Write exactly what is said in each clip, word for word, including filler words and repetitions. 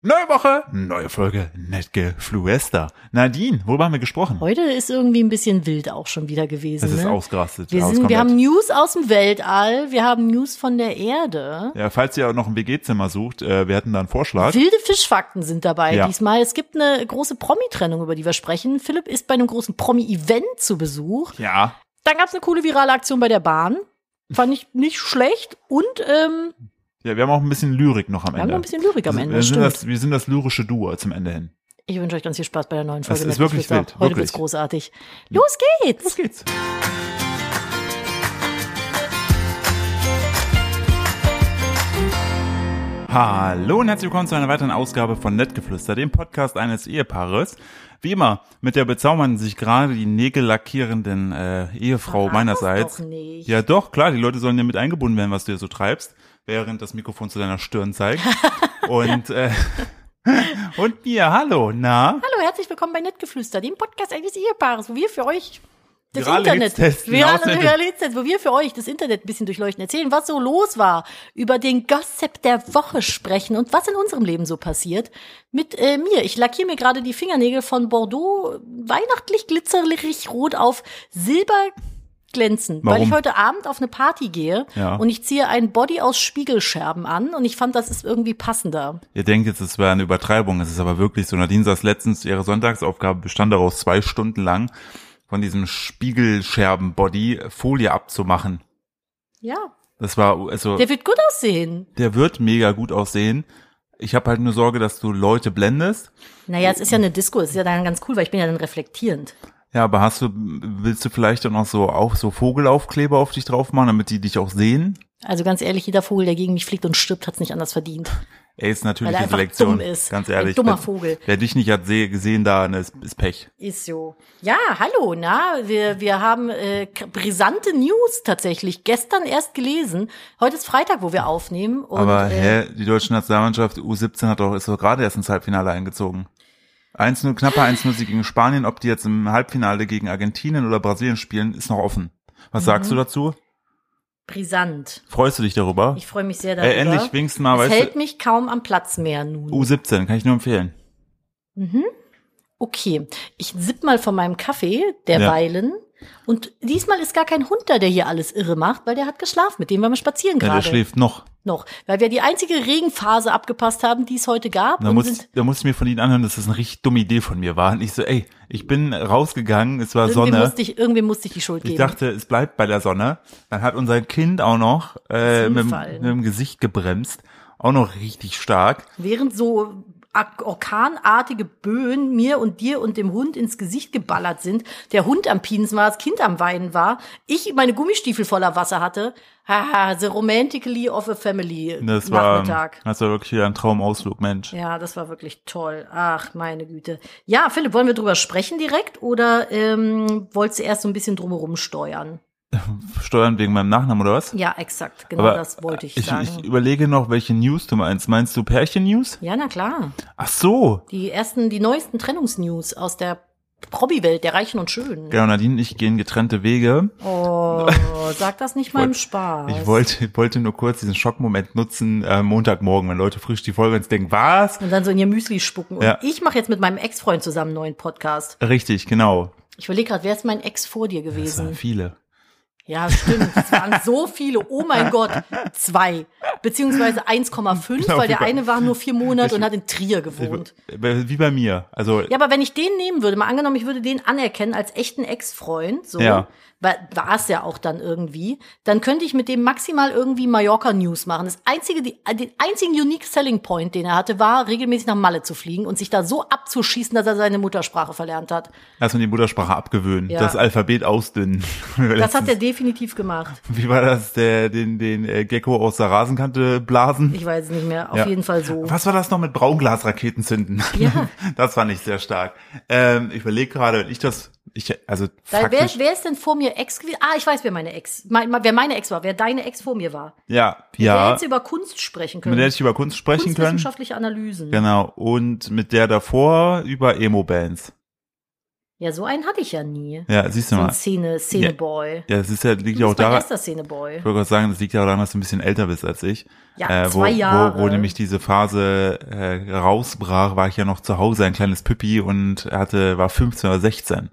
Neue Woche, neue Folge, Nettgefluester. Nadine, worüber haben wir gesprochen? Heute ist irgendwie ein bisschen wild auch schon wieder gewesen. Es ist ne? ausgerastet. Wir, sind, wir haben News aus dem Weltall, wir haben News von der Erde. Ja, falls ihr auch noch ein W G-Zimmer sucht, äh, wir hätten da einen Vorschlag. Wilde Fischfakten sind dabei ja. diesmal. Es gibt eine große Promi-Trennung, über die wir sprechen. Philipp ist bei einem großen Promi-Event zu Besuch. Ja. Dann gab es eine coole virale Aktion bei der Bahn. Fand ich nicht schlecht. Und ähm, Ja, wir haben auch ein bisschen Lyrik noch am wir Ende. haben noch ein bisschen Lyrik am Ende, wir, sind stimmt. das, wir sind das lyrische Duo zum Ende hin. Ich wünsche euch ganz viel Spaß bei der neuen Folge. Es ist wirklich wild, Heute wirklich. wird's großartig. Los geht's! Los geht's! Hallo und herzlich willkommen zu einer weiteren Ausgabe von Nettgeflüster, dem Podcast eines Ehepaares. Wie immer mit der bezaubernden, sich gerade die Nägel lackierenden äh, Ehefrau Ach, meinerseits. doch nicht. Ja doch, klar, die Leute sollen ja mit eingebunden werden, was du hier so treibst, während das Mikrofon zu deiner Stirn zeigt. und äh, und mir, hallo, na? Hallo, herzlich willkommen bei Nettgeflüster, dem Podcast eines Ehepaares, wo wir für euch das Virale Internet, Hitztests, virale Ausschnitte. Realitätstests, wo wir für euch das Internet ein bisschen durchleuchten, erzählen, was so los war, über den Gossip der Woche sprechen und was in unserem Leben so passiert. Mit äh, mir, ich lackiere mir gerade die Fingernägel von Bordeaux weihnachtlich glitzerig rot auf Silber glänzen, Warum? weil ich heute Abend auf eine Party gehe Ja. und ich ziehe ein Body aus Spiegelscherben an und ich fand, das ist irgendwie passender. Ihr denkt jetzt, es wäre eine Übertreibung, es ist aber wirklich so. Nadine saß letztens, ihre Sonntagsaufgabe bestand daraus, zwei Stunden lang von diesem Spiegelscherben-Body Folie abzumachen. Ja, Das war, also, der wird gut aussehen. der wird mega gut aussehen. Ich habe halt nur Sorge, dass du Leute blendest. Naja, es ist ja eine Disco, es ist ja dann ganz cool, weil ich bin ja dann reflektierend. Ja, aber hast du, willst du vielleicht auch noch so auch so Vogelaufkleber auf dich drauf machen, damit die dich auch sehen? Also ganz ehrlich, jeder Vogel, der gegen mich fliegt und stirbt, hat's nicht anders verdient. Ey, ist natürlich Weil er eine einfach Selektion. dumm ist. Ganz Ein ehrlich. dummer wer, Vogel. Wer dich nicht hat seh- gesehen, da ne, ist, ist Pech. Ist so. Ja, hallo, na, wir wir haben äh, k- brisante News tatsächlich. Gestern erst gelesen. Heute ist Freitag, wo wir aufnehmen. Und, Aber äh, hä, die deutsche Nationalmannschaft U siebzehn hat doch, ist doch gerade erst ins Halbfinale eingezogen. eins null, knapper eins null Sieg gegen Spanien. Ob die jetzt im Halbfinale gegen Argentinien oder Brasilien spielen, ist noch offen. Was Mhm. sagst du dazu? Brisant. Freust du dich darüber? Ich freue mich sehr darüber. Ey, endlich wenigstens mal, es weißt hält du, mich kaum am Platz mehr nun. U siebzehn, kann ich nur empfehlen. Okay, ich sipp mal von meinem Kaffee derweilen. Und diesmal ist gar kein Hund da, der hier alles irre macht, weil der hat geschlafen, mit dem waren wir spazieren Ja, gerade. der schläft noch. Noch, weil wir die einzige Regenphase abgepasst haben, die es heute gab. Da und muss, sind, da muss ich mir von ihnen anhören, dass das eine richtig dumme Idee von mir war. Und ich so, ey, ich bin rausgegangen, es war irgendwie, Sonne. musste ich, irgendwie musste ich die Schuld Ich geben. dachte, es bleibt bei der Sonne. Dann hat unser Kind auch noch äh, mit, dem- Hinfallen. mit dem Gesicht gebremst. Auch noch richtig stark. Während so ak- orkanartige Böen mir und dir und dem Hund ins Gesicht geballert sind, der Hund am Pinsen war, das Kind am Weinen war, ich meine Gummistiefel voller Wasser hatte. Haha, the romantically of a family Das war, Nachmittag. das war wirklich wieder ein Traumausflug, Mensch. Ja, das war wirklich toll. Ach, meine Güte. Ja, Philipp, wollen wir drüber sprechen direkt oder ähm, wolltest du erst so ein bisschen drumherum steuern? Steuern wegen meinem Nachnamen oder was? Ja, exakt. Genau Aber das wollte ich, ich, sagen. ich überlege noch, welche News du meinst. Meinst du Pärchen-News? Ja, na klar. Ach so. Die ersten, die neuesten Trennungsnews aus der Probi-Welt, der Reichen und Schönen. Genau, Nadine und ich gehen getrennte Wege. Oh, sag das nicht meinem Spaß. Ich wollte, wollte nur kurz diesen Schockmoment nutzen, äh, Montagmorgen, wenn Leute frisch die Folge ins denken, was? Und dann so in ihr Müsli spucken. Und Ja. ich mache jetzt mit meinem Ex-Freund zusammen einen neuen Podcast. Richtig, genau. Ich überlege gerade, wer ist mein Ex vor dir Das gewesen? waren viele. Ja, stimmt. Es waren so viele. Oh mein Gott. Zwei. Beziehungsweise eins Komma fünf, Genau, weil wie der bei- eine war nur vier Monate und hat in Trier gewohnt. Wie bei mir. Also, Ja, aber wenn ich den nehmen würde, mal angenommen, ich würde den anerkennen als echten Ex-Freund, so, Ja. war es ja auch dann irgendwie, dann könnte ich mit dem maximal irgendwie Mallorca-News machen. Das einzige, die, den einzigen unique Selling Point, den er hatte, war, regelmäßig nach Malle zu fliegen und sich da so abzuschießen, dass er seine Muttersprache verlernt hat. erstmal die Muttersprache abgewöhnen, Ja. das Alphabet ausdünnen. Das hat er definitiv gemacht. Wie war das, der, den, den äh, Gecko aus der Rasenkante blasen? Ich weiß es nicht mehr. Auf Ja. jeden Fall so. Was war das noch mit Braunglasraketen zünden? Ja. Das fand ich sehr stark. Ähm, ich überlege gerade, wenn ich das, ich, also Weil wer, faktisch, wer ist denn vor mir Ex gewesen? Ah, ich weiß, wer meine Ex, mein, wer meine Ex war, wer deine Ex vor mir war. ja, Mit der ja, hättest du über Kunst sprechen können. mit der hätte ich über Kunst sprechen können. Kunstwissenschaftliche Analysen. Genau, und mit der davor über Emo-Bands. Ja, so einen hatte ich ja nie. Ja, siehst du so mal. ein Szene, Szene-Boy. Ja, das ist ja, liegt ja auch mein daran. erster Szene-Boy. Ich wollte gerade sagen, das liegt ja auch daran, dass du ein bisschen älter bist als ich. Ja, äh, zwei wo, Jahre. Wo, wo nämlich diese Phase äh, rausbrach, war ich ja noch zu Hause, ein kleines Püppi und hatte, war fünfzehn oder sechzehn.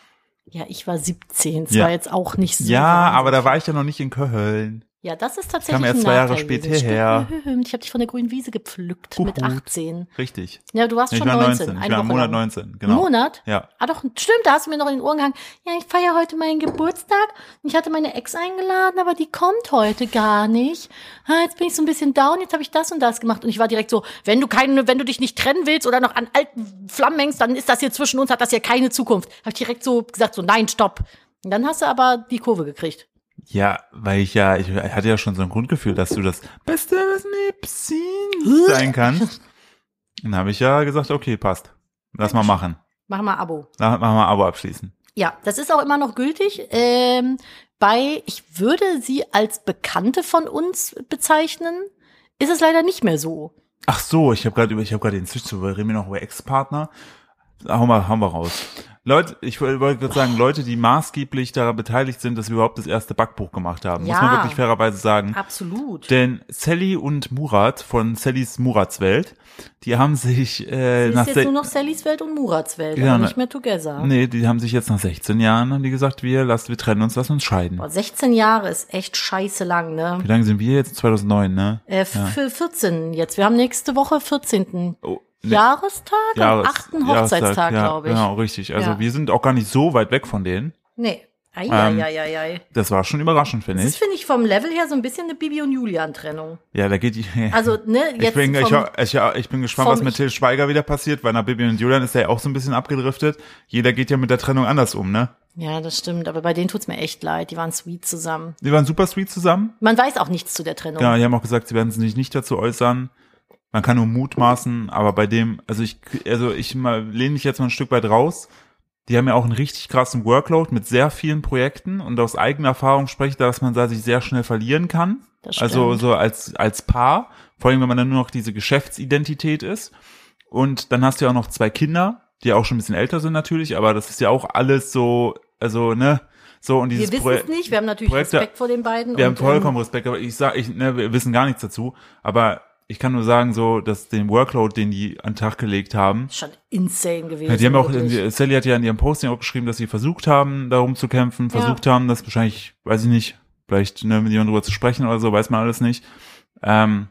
Ja, ich war siebzehn. Das Ja. war jetzt auch nicht so. Ja, wahnsinnig. aber da war ich ja noch nicht in Köln. Ja, das ist tatsächlich kam erst ein zwei Jahre Nachteil später gewesen. her. Stimmt, ich habe dich von der grünen Wiese gepflückt Huch, mit huch. achtzehn. Richtig. Ja, du warst Ich schon war neunzehn. neunzehn. Ich eine war im Woche Monat lang. neunzehn, genau. Monat? Ja. Ah doch, stimmt, da hast du mir noch in den Ohren gehangen. Ja, ich feiere heute meinen Geburtstag. Ich hatte meine Ex eingeladen, aber die kommt heute gar nicht. Ah, jetzt bin ich so ein bisschen down, jetzt habe ich das und das gemacht. Und ich war direkt so, wenn du keine, wenn du dich nicht trennen willst oder noch an alten Flammen hängst, dann ist das hier zwischen uns, hat das hier keine Zukunft. Habe ich direkt so gesagt, so nein, stopp. Und dann hast du aber die Kurve gekriegt. Ja, weil ich ja, ich hatte ja schon so ein Grundgefühl, dass du das Beste, was mir passieren sein kannst. Dann habe ich ja gesagt, okay, passt. Lass mal machen. Mach mal Abo. Lass mal Abo abschließen. Ja, das ist auch immer noch gültig. Ähm, bei, ich würde sie als Bekannte von uns bezeichnen, ist es leider nicht mehr so. Ach so, ich habe gerade über, ich habe gerade den Switch zu, wir reden wir noch über Ex-Partner. Hau mal, hau mal raus. Leute, ich wollte gerade sagen, Leute, die maßgeblich daran beteiligt sind, dass wir überhaupt das erste Backbuch gemacht haben. Ja. Muss man wirklich fairerweise sagen. Absolut. Denn Sally und Murat von Sallys Murats Welt, die haben sich äh, Sie nach ist jetzt se- nur noch Sallys Welt und Murats Welt, Ja, aber ne- nicht mehr together. Nee, die haben sich jetzt nach sechzehn Jahren, haben die gesagt, wir lassen, wir trennen uns, lassen uns scheiden. Boah, sechzehn Jahre ist echt scheiße lang, ne? Wie lange sind wir jetzt? zweitausendneun, ne? Äh, für vierzehn jetzt. Wir haben nächste Woche vierzehnten Oh, ne, Jahrestag Jahres- und achten Hochzeitstag, ja, glaube ich. Genau, richtig. Also Ja. wir sind auch gar nicht so weit weg von denen. Nee. Ähm, Eieieiei. Das war schon überraschend, finde Das ich. ist, finde ich, vom Level her so ein bisschen eine Bibi und Julian-Trennung. Ja, da geht die. Also, ne, jetzt ich bin, ich, vom, ich, ich bin gespannt, vom- was mit Till Schweiger wieder passiert, weil nach Bibi und Julian ist der ja auch so ein bisschen abgedriftet. Jeder geht ja mit der Trennung anders um, ne? Ja, das stimmt, aber bei denen tut's mir echt leid. Die waren sweet zusammen. Die waren super sweet zusammen. Man weiß auch nichts zu der Trennung. Ja, die haben auch gesagt, sie werden sich nicht dazu äußern. Man kann nur mutmaßen, aber bei dem, also ich, also ich mal, lehne mich jetzt mal ein Stück weit raus. Die haben ja auch einen richtig krassen Workload mit sehr vielen Projekten und aus eigener Erfahrung spreche ich da, dass man da sich sehr schnell verlieren kann. Das stimmt. Also so als als Paar, vor allem wenn man dann nur noch diese Geschäftsidentität ist. Und dann hast du ja auch noch zwei Kinder, die ja auch schon ein bisschen älter sind natürlich, aber das ist ja auch alles so, also ne, so und dieses wir wissen Projekt. es nicht, wir haben natürlich Projekte- Respekt vor den beiden. Wir und, haben vollkommen Respekt, aber ich sag, ich, ne, wir wissen gar nichts dazu, aber ich kann nur sagen, so, dass den Workload, den die an den Tag gelegt haben, Ähm, schon insane gewesen. ja, die haben auch, wirklich. Sally hat ja in ihrem Posting auch geschrieben, dass sie versucht haben, darum zu kämpfen, versucht haben, das wahrscheinlich, weiß ich nicht, vielleicht ne, mit jemandem drüber zu sprechen oder so, weiß man alles nicht. Ähm,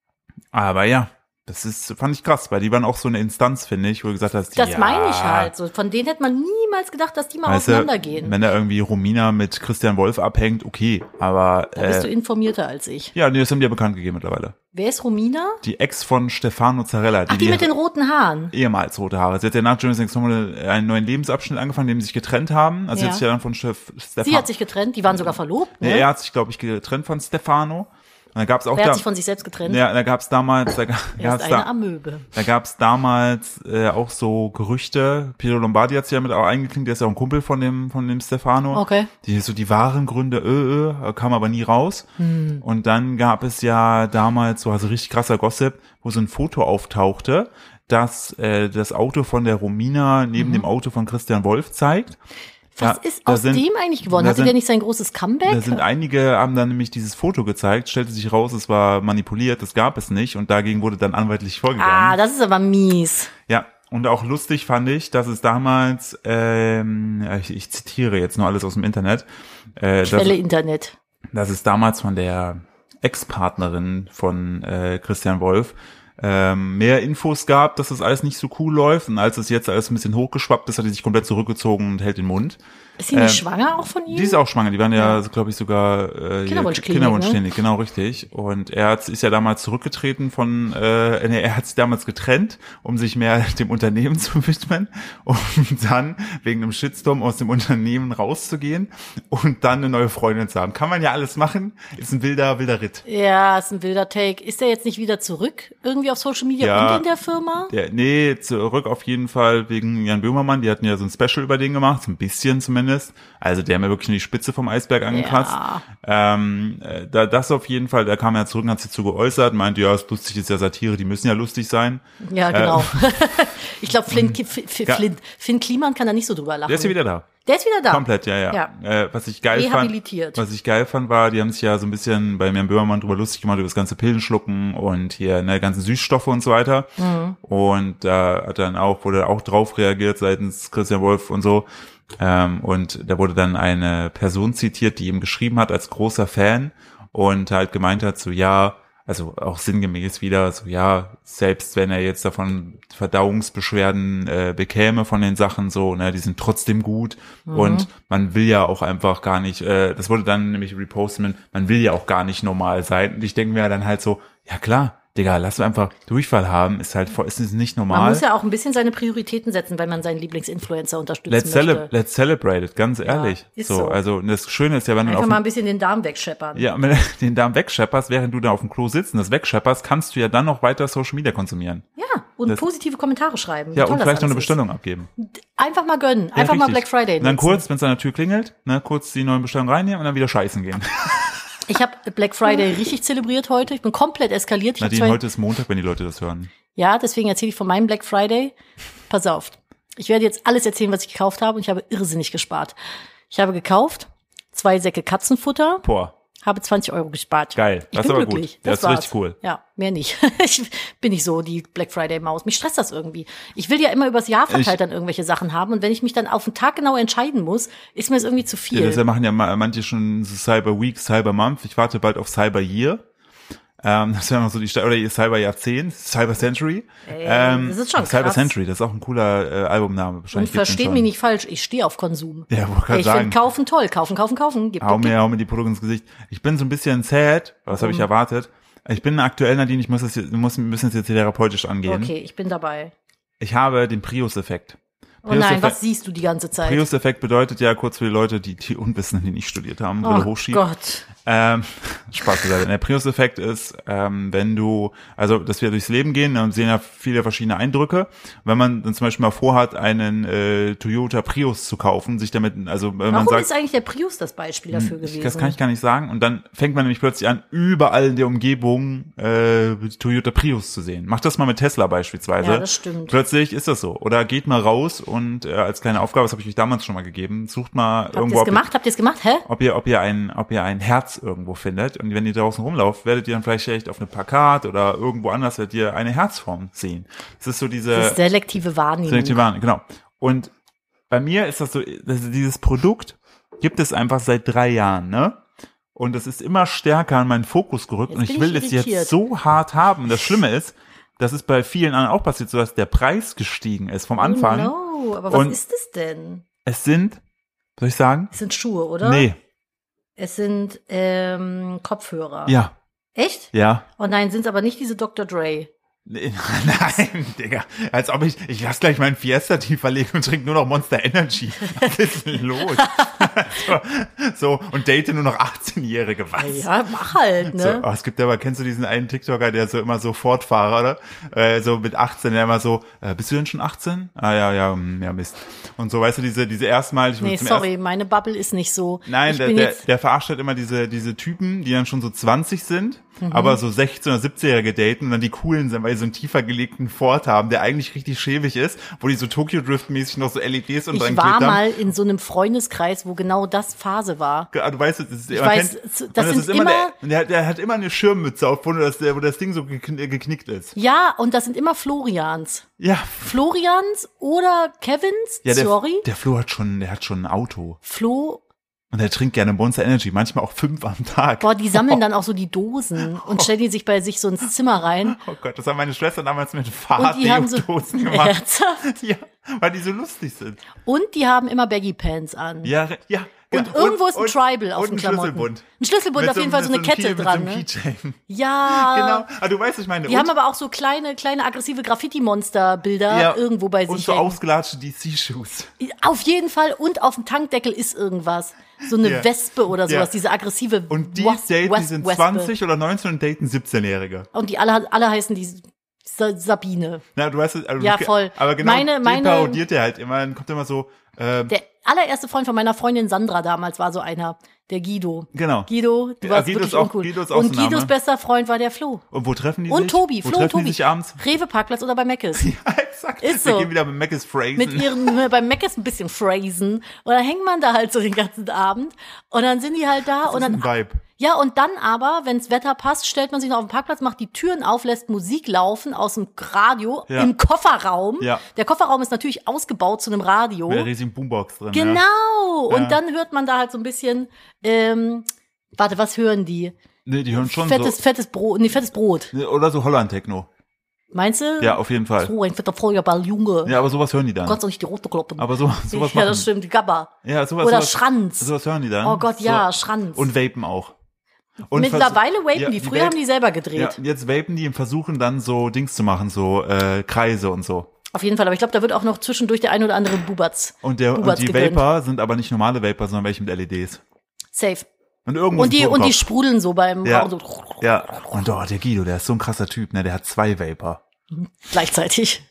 aber ja, das ist, fand ich krass, weil die waren auch so eine Instanz, finde ich, wo du gesagt hast, Das ja, meine ich halt. So, von denen hätte man niemals gedacht, dass die mal weißt du, auseinandergehen. wenn da irgendwie Romina mit Christian Wolf abhängt, okay, aber Da bist du äh, informierter als ich. ja, nee, das haben die ja bekannt gegeben mittlerweile. Wer ist Romina? Die Ex von Stefano Zarella, Ach, die mit den roten Haaren. ehemals rote Haare. Sie hat ja nach Germany's Next Topmodel einen neuen Lebensabschnitt angefangen, in dem sie sich getrennt haben. Also Ja. sie hat sich ja dann von Stef Stefano. Sie hat sich getrennt, die waren sogar verlobt, ne? Nee, er hat sich, glaube ich, getrennt von Stefano. Und da gab's auch Wer da, hat sich von sich selbst getrennt? ja, da gab's damals, da, ga- er gab's ist eine da, Amöbe. da gab's damals äh, auch so Gerüchte. Piero Lombardi hat sich ja mit auch eingeklinkt, der ist ja auch ein Kumpel von dem von dem Stefano. Okay. Die so die wahren Gründe, äh, äh, kam aber nie raus. Hm. Und dann gab es ja damals so also richtig krasser Gossip, wo so ein Foto auftauchte, dass äh, das Auto von der Romina neben Mhm. dem Auto von Christian Wolf zeigt. Was Ja, ist da aus sind- dem eigentlich geworden? da Hatte sind- der nicht sein großes Comeback? Da sind einige, haben dann nämlich dieses Foto gezeigt, stellte sich raus, es war manipuliert, das gab es nicht und dagegen wurde dann anwaltlich vorgegangen. ah, das ist aber mies. Ja, und auch lustig fand ich, dass es damals, ähm, ich, ich zitiere jetzt nur alles aus dem Internet, äh, dass, Quelle Internet. dass es damals von der Ex-Partnerin von äh, Christian Wolf ähm, mehr Infos gab, dass das alles nicht so cool läuft und als es jetzt alles ein bisschen hochgeschwappt ist, hat die sich komplett zurückgezogen und hält den Mund. Ist sie nicht Ähm, schwanger auch von ihm? Die ist auch schwanger, die waren ja, glaube ich, sogar äh, Kinderwunschklinik, Kinderwunschklinik, genau richtig. Und er hat, ist ja damals zurückgetreten von, äh, nee, er hat sich damals getrennt, um sich mehr dem Unternehmen zu widmen, um dann wegen einem Shitstorm aus dem Unternehmen rauszugehen und dann eine neue Freundin zu haben. Kann man ja alles machen, ist ein wilder, wilder Ritt. Ja, ist ein wilder Take. Ist der jetzt nicht wieder zurück? Irgendwie auf Social Media Ja. und in der Firma? Der, nee, zurück auf jeden Fall wegen Jan Böhmermann, die hatten ja so ein Special über den gemacht, so ein bisschen zumindest. Also der hat mir wirklich nur die Spitze vom Eisberg angekratzt. Ja. Ähm, äh, da, das auf jeden Fall, da kam er zurück und hat sich zu geäußert, meinte, ja, ist lustig, ist ja Satire, die müssen ja lustig sein. Ja, genau. Ich glaube, Flint, F- F- Ja. Flint, Finn Kliman kann da nicht so drüber lachen. Der ist ja wieder da. Der ist wieder da. Komplett, ja, ja. Ja. Äh, was ich geil fand, Rehabilitiert. was ich geil fand, war, die haben sich ja so ein bisschen bei Jan Böhmermann drüber lustig gemacht über das ganze Pillenschlucken und hier ne ganzen Süßstoffe und so weiter. Mhm. Und da hat dann auch wurde auch drauf reagiert seitens Christian Wolf und so. Ähm, und da wurde dann eine Person zitiert, die ihm geschrieben hat als großer Fan und halt gemeint hat, so ja, also auch sinngemäß wieder, so ja, selbst wenn er jetzt davon Verdauungsbeschwerden äh, bekäme von den Sachen, so, ne, die sind trotzdem gut mhm. und man will ja auch einfach gar nicht, äh, das wurde dann nämlich repostet, man, man will ja auch gar nicht normal sein und ich denke mir dann halt so, ja klar, Digga, lass du einfach Durchfall haben, ist halt, ist es nicht normal. Man muss ja auch ein bisschen seine Prioritäten setzen, wenn man seinen Lieblingsinfluencer unterstützen let's möchte. Cele- let's celebrate it, ganz ehrlich. Ja, ist so, so. Also das Schöne ist ja, wenn du Einfach auf mal ein bisschen den Darm wegscheppern. ja, wenn du den Darm wegschepperst, während du da auf dem Klo sitzt und das wegschepperst, kannst du ja dann noch weiter Social Media konsumieren. Ja, und Das- positive Kommentare schreiben. Ja, wie toll und das vielleicht noch eine alles ist. Bestellung abgeben. Einfach mal gönnen. Ja, Einfach mal richtig. Black Friday Und dann nutzen. kurz, wenn es an der Tür klingelt, ne, kurz die neuen Bestellungen reinnehmen und dann wieder scheißen gehen. Ich habe Black Friday richtig zelebriert heute. Ich bin komplett eskaliert. Ich hab Nadine, zwei, heute ist Montag, wenn die Leute das hören. ja, deswegen erzähle ich von meinem Black Friday. Pass auf. Ich werde jetzt alles erzählen, was ich gekauft habe und ich habe irrsinnig gespart. Ich habe gekauft zwei Säcke Katzenfutter, Boah, habe zwanzig Euro gespart. geil. Ich Das bin ist aber glücklich. gut. Das ist war's. richtig cool. Ja, mehr nicht. Ich bin nicht so die Black Friday-Maus. Mich stresst das irgendwie. Ich will ja immer übers Jahr verteilt Ich- dann irgendwelche Sachen haben und wenn ich mich dann auf den Tag genau entscheiden muss, ist mir das irgendwie zu Ja, viel. deshalb machen ja ma- manche schon so Cyber Week, Cyber Month. Ich warte bald auf Cyber Year. Ähm, das wäre noch so die Sta- oder ihr Cyber Jahrzehnt, Cyber Century. Ey, ähm, das ist schon Cyber krass. Century, das ist auch ein cooler äh, Albumname. Und Wahrscheinlich gibt's den versteht schon. mich nicht falsch, ich stehe auf Konsum. Ja, wollte gerade Ich sagen. finde kaufen toll, kaufen, kaufen, kaufen. Gib, Hau gib, gib. mir, hau mir die Produkte ins Gesicht. Ich bin so ein bisschen sad. Was habe ich erwartet? Ich bin aktuell, Nadine, ich muss das jetzt, wir müssen müssen es jetzt therapeutisch angehen. Okay, ich bin dabei. Ich habe den Prius-Effekt. Oh nein, Prius-Effekt- was siehst du die ganze Zeit? Prius-Effekt bedeutet ja, kurz für die Leute, die, die Unwissenden, die nicht studiert haben, Brille Oh hochschieben. Gott. Ähm, Spaß beiseite. Der Prius-Effekt ist, ähm, wenn du, also, dass wir durchs Leben gehen und sehen ja viele verschiedene Eindrücke. Wenn man dann zum Beispiel mal vorhat, einen äh, Toyota Prius zu kaufen, sich damit, also wenn man Warum sagt, ist eigentlich der Prius das Beispiel dafür ich, gewesen? das kann ich gar nicht sagen. Und dann fängt man nämlich plötzlich an, überall in der Umgebung äh, Toyota Prius zu sehen. Macht das mal mit Tesla beispielsweise. Ja, das stimmt. Plötzlich ist das so. Oder geht mal raus und äh, als kleine Aufgabe, das habe ich euch damals schon mal gegeben, sucht mal Habt ihr irgendwo, es ob ihr, gemacht? Habt ihr es gemacht? Hä? ob ihr, ob ihr ein, ob ihr ein Herz irgendwo findet. Und wenn ihr draußen rumlauft, werdet ihr dann vielleicht echt auf eine Plakat oder irgendwo anders werdet ihr eine Herzform sehen. Das ist so diese Das ist selektive Wahrnehmung. selektive Wahrnehmung, genau. Und bei mir ist das so, das, dieses Produkt gibt es einfach seit drei Jahren, ne? Und es ist immer stärker in meinen Fokus gerückt Jetzt und ich bin will ich es irritiert. jetzt so hart haben. Und das Schlimme ist, das ist bei vielen anderen auch passiert, so dass der Preis gestiegen ist vom Anfang. Oh no, aber was Und- ist es denn? Es sind, soll ich sagen? Es sind Schuhe, oder? Nee, Es sind ähm, Kopfhörer. ja, Echt? ja. Oh nein, sind es aber nicht diese Doktor Dre. Nee, nein, Digga. Als ob ich, ich lass gleich meinen Fiesta tiefer legen und trinke nur noch Monster Energy. Was ist denn los? so, so, und date nur noch achtzehnjährige, was? Ja, mach halt, So, ne? oh, es gibt aber, kennst du diesen einen TikToker, der so immer so Fortfahrer, oder? Äh, so mit achtzehn, der immer so, äh, bist du denn schon achtzehn? Ah ja, ja, hm, ja, Mist. Und so, weißt du, diese, diese erstmal, ich Nee, zum sorry, meine Bubble ist nicht so. Nein, ich der, bin der, jetzt, der verarscht halt immer diese, diese Typen, die dann schon so zwanzig sind, Mhm. aber so sechzehn- oder siebzehnjährige daten und dann die coolen sind, weil die so einen tiefer gelegten Ford haben, der eigentlich richtig schäbig ist, wo die so Tokyo Drift mäßig noch so L E Ds und dran ich klebt war haben. mal in so einem Freundeskreis, wo genau das Phase war. Ah, du weißt, das ist, Ich man weiß, kennt, das und das sind ist immer, immer- der, der, der hat immer eine Schirmmütze auf, wo das, wo das Ding so gekn- geknickt ist. Ja, und das sind immer Florians. Ja. Florians oder Kevins, Ja, der, sorry. der Flo hat schon, der hat schon ein Auto. Flo, Und er trinkt gerne Monster Energy, manchmal auch fünf am Tag. boah, die sammeln dann auch so die Dosen und stellen die sich bei sich so ins Zimmer rein. Oh Gott, das haben meine Schwester damals mit Und die haben so Fahrraddosen gemacht. Ernsthaft? Ja, weil die so lustig sind. Und die haben immer Baggy Pants an. Ja, re- ja. Und genau. irgendwo ist ein Tribal auf und den ein Klamotten. Schlüsselbund. Ein Schlüsselbund, Mit auf jeden Fall so mit eine einem Kette Key- dran, Mit ne? so einem Keychain. Ja. Genau. Aber du weißt, was ich meine. Die und, haben aber auch so kleine, kleine aggressive Graffiti-Monster-Bilder ja, irgendwo bei und sich so hängen. ausgelatschte D C-Shoes. Auf jeden Fall. Und auf dem Tankdeckel ist irgendwas. So eine Ja. Wespe oder sowas, Ja. diese aggressive Und die Was- daten, die Wes- sind Wespe. zwanzig oder neunzehn und daten siebzehnjährige. Und die alle, alle heißen die Sa- Sabine. Na, du weißt, also, Ja, voll. Aber genau, Meine- die meine- parodiert er halt immer, dann kommt immer so, ähm, Der allererste Freund von meiner Freundin Sandra damals war so einer, der Guido. Genau. Guido, du Ja, warst Guido wirklich ist auch- uncool. Guido ist auch und so ein Name. Guidos bester Freund war der Flo. und wo treffen die Und sich? Tobi, wo Flo treffen und Tobi. die sich abends? Rewe-Parkplatz oder bei Meckes. Ja, Exakt. Ist Wir so. gehen wieder mit Mc's Phrasen. Mit ihren, beim Mac ist ein bisschen phrasen. Und dann hängt man da halt so den ganzen Abend. Und dann sind die halt da. das und ist dann, ein Vibe. ja, und dann aber, wenns Wetter passt, stellt man sich noch auf den Parkplatz, macht die Türen auf, lässt Musik laufen aus dem Radio Ja. im Kofferraum. Ja. Der Kofferraum ist natürlich ausgebaut zu einem Radio. Mit der riesigen Boombox drin. Genau. Ja. Und Ja. dann hört man da halt so ein bisschen, ähm, warte, was hören die? Nee, die hören schon Fettes, so. fettes Brot, nee, fettes Brot. Oder so Holland-Techno. Meinst du? Ja, auf jeden Fall. So, ein fetter Feuerball, Junge. Ja, aber sowas hören die Du dann. kannst doch nicht die Rote kloppen. Aber so, sowas ja, machen. das stimmt, Gabba. Ja, sowas, Oder sowas, Schranz. Sowas hören die dann. Oh Gott, ja, So. Schranz. Und vapen auch. Und Mittlerweile vers- vapen ja, die. die Früher vapen- haben die selber gedreht. Ja, jetzt vapen die und versuchen dann so Dings zu machen, so äh, Kreise und so. Auf jeden Fall, aber ich glaube, da wird auch noch zwischendurch der ein oder andere Bubatz. Und, der, und Bubatz die gegönnt. Vapor sind aber nicht normale Vapor, sondern welche mit L E Ds. Safe. Und irgendwo Und die, ist ein und die Totenkopf. sprudeln so beim Ja. Rauchen so Ja. Und oh, der Guido, der ist so ein krasser Typ, ne? Der hat zwei Vapor. gleichzeitig.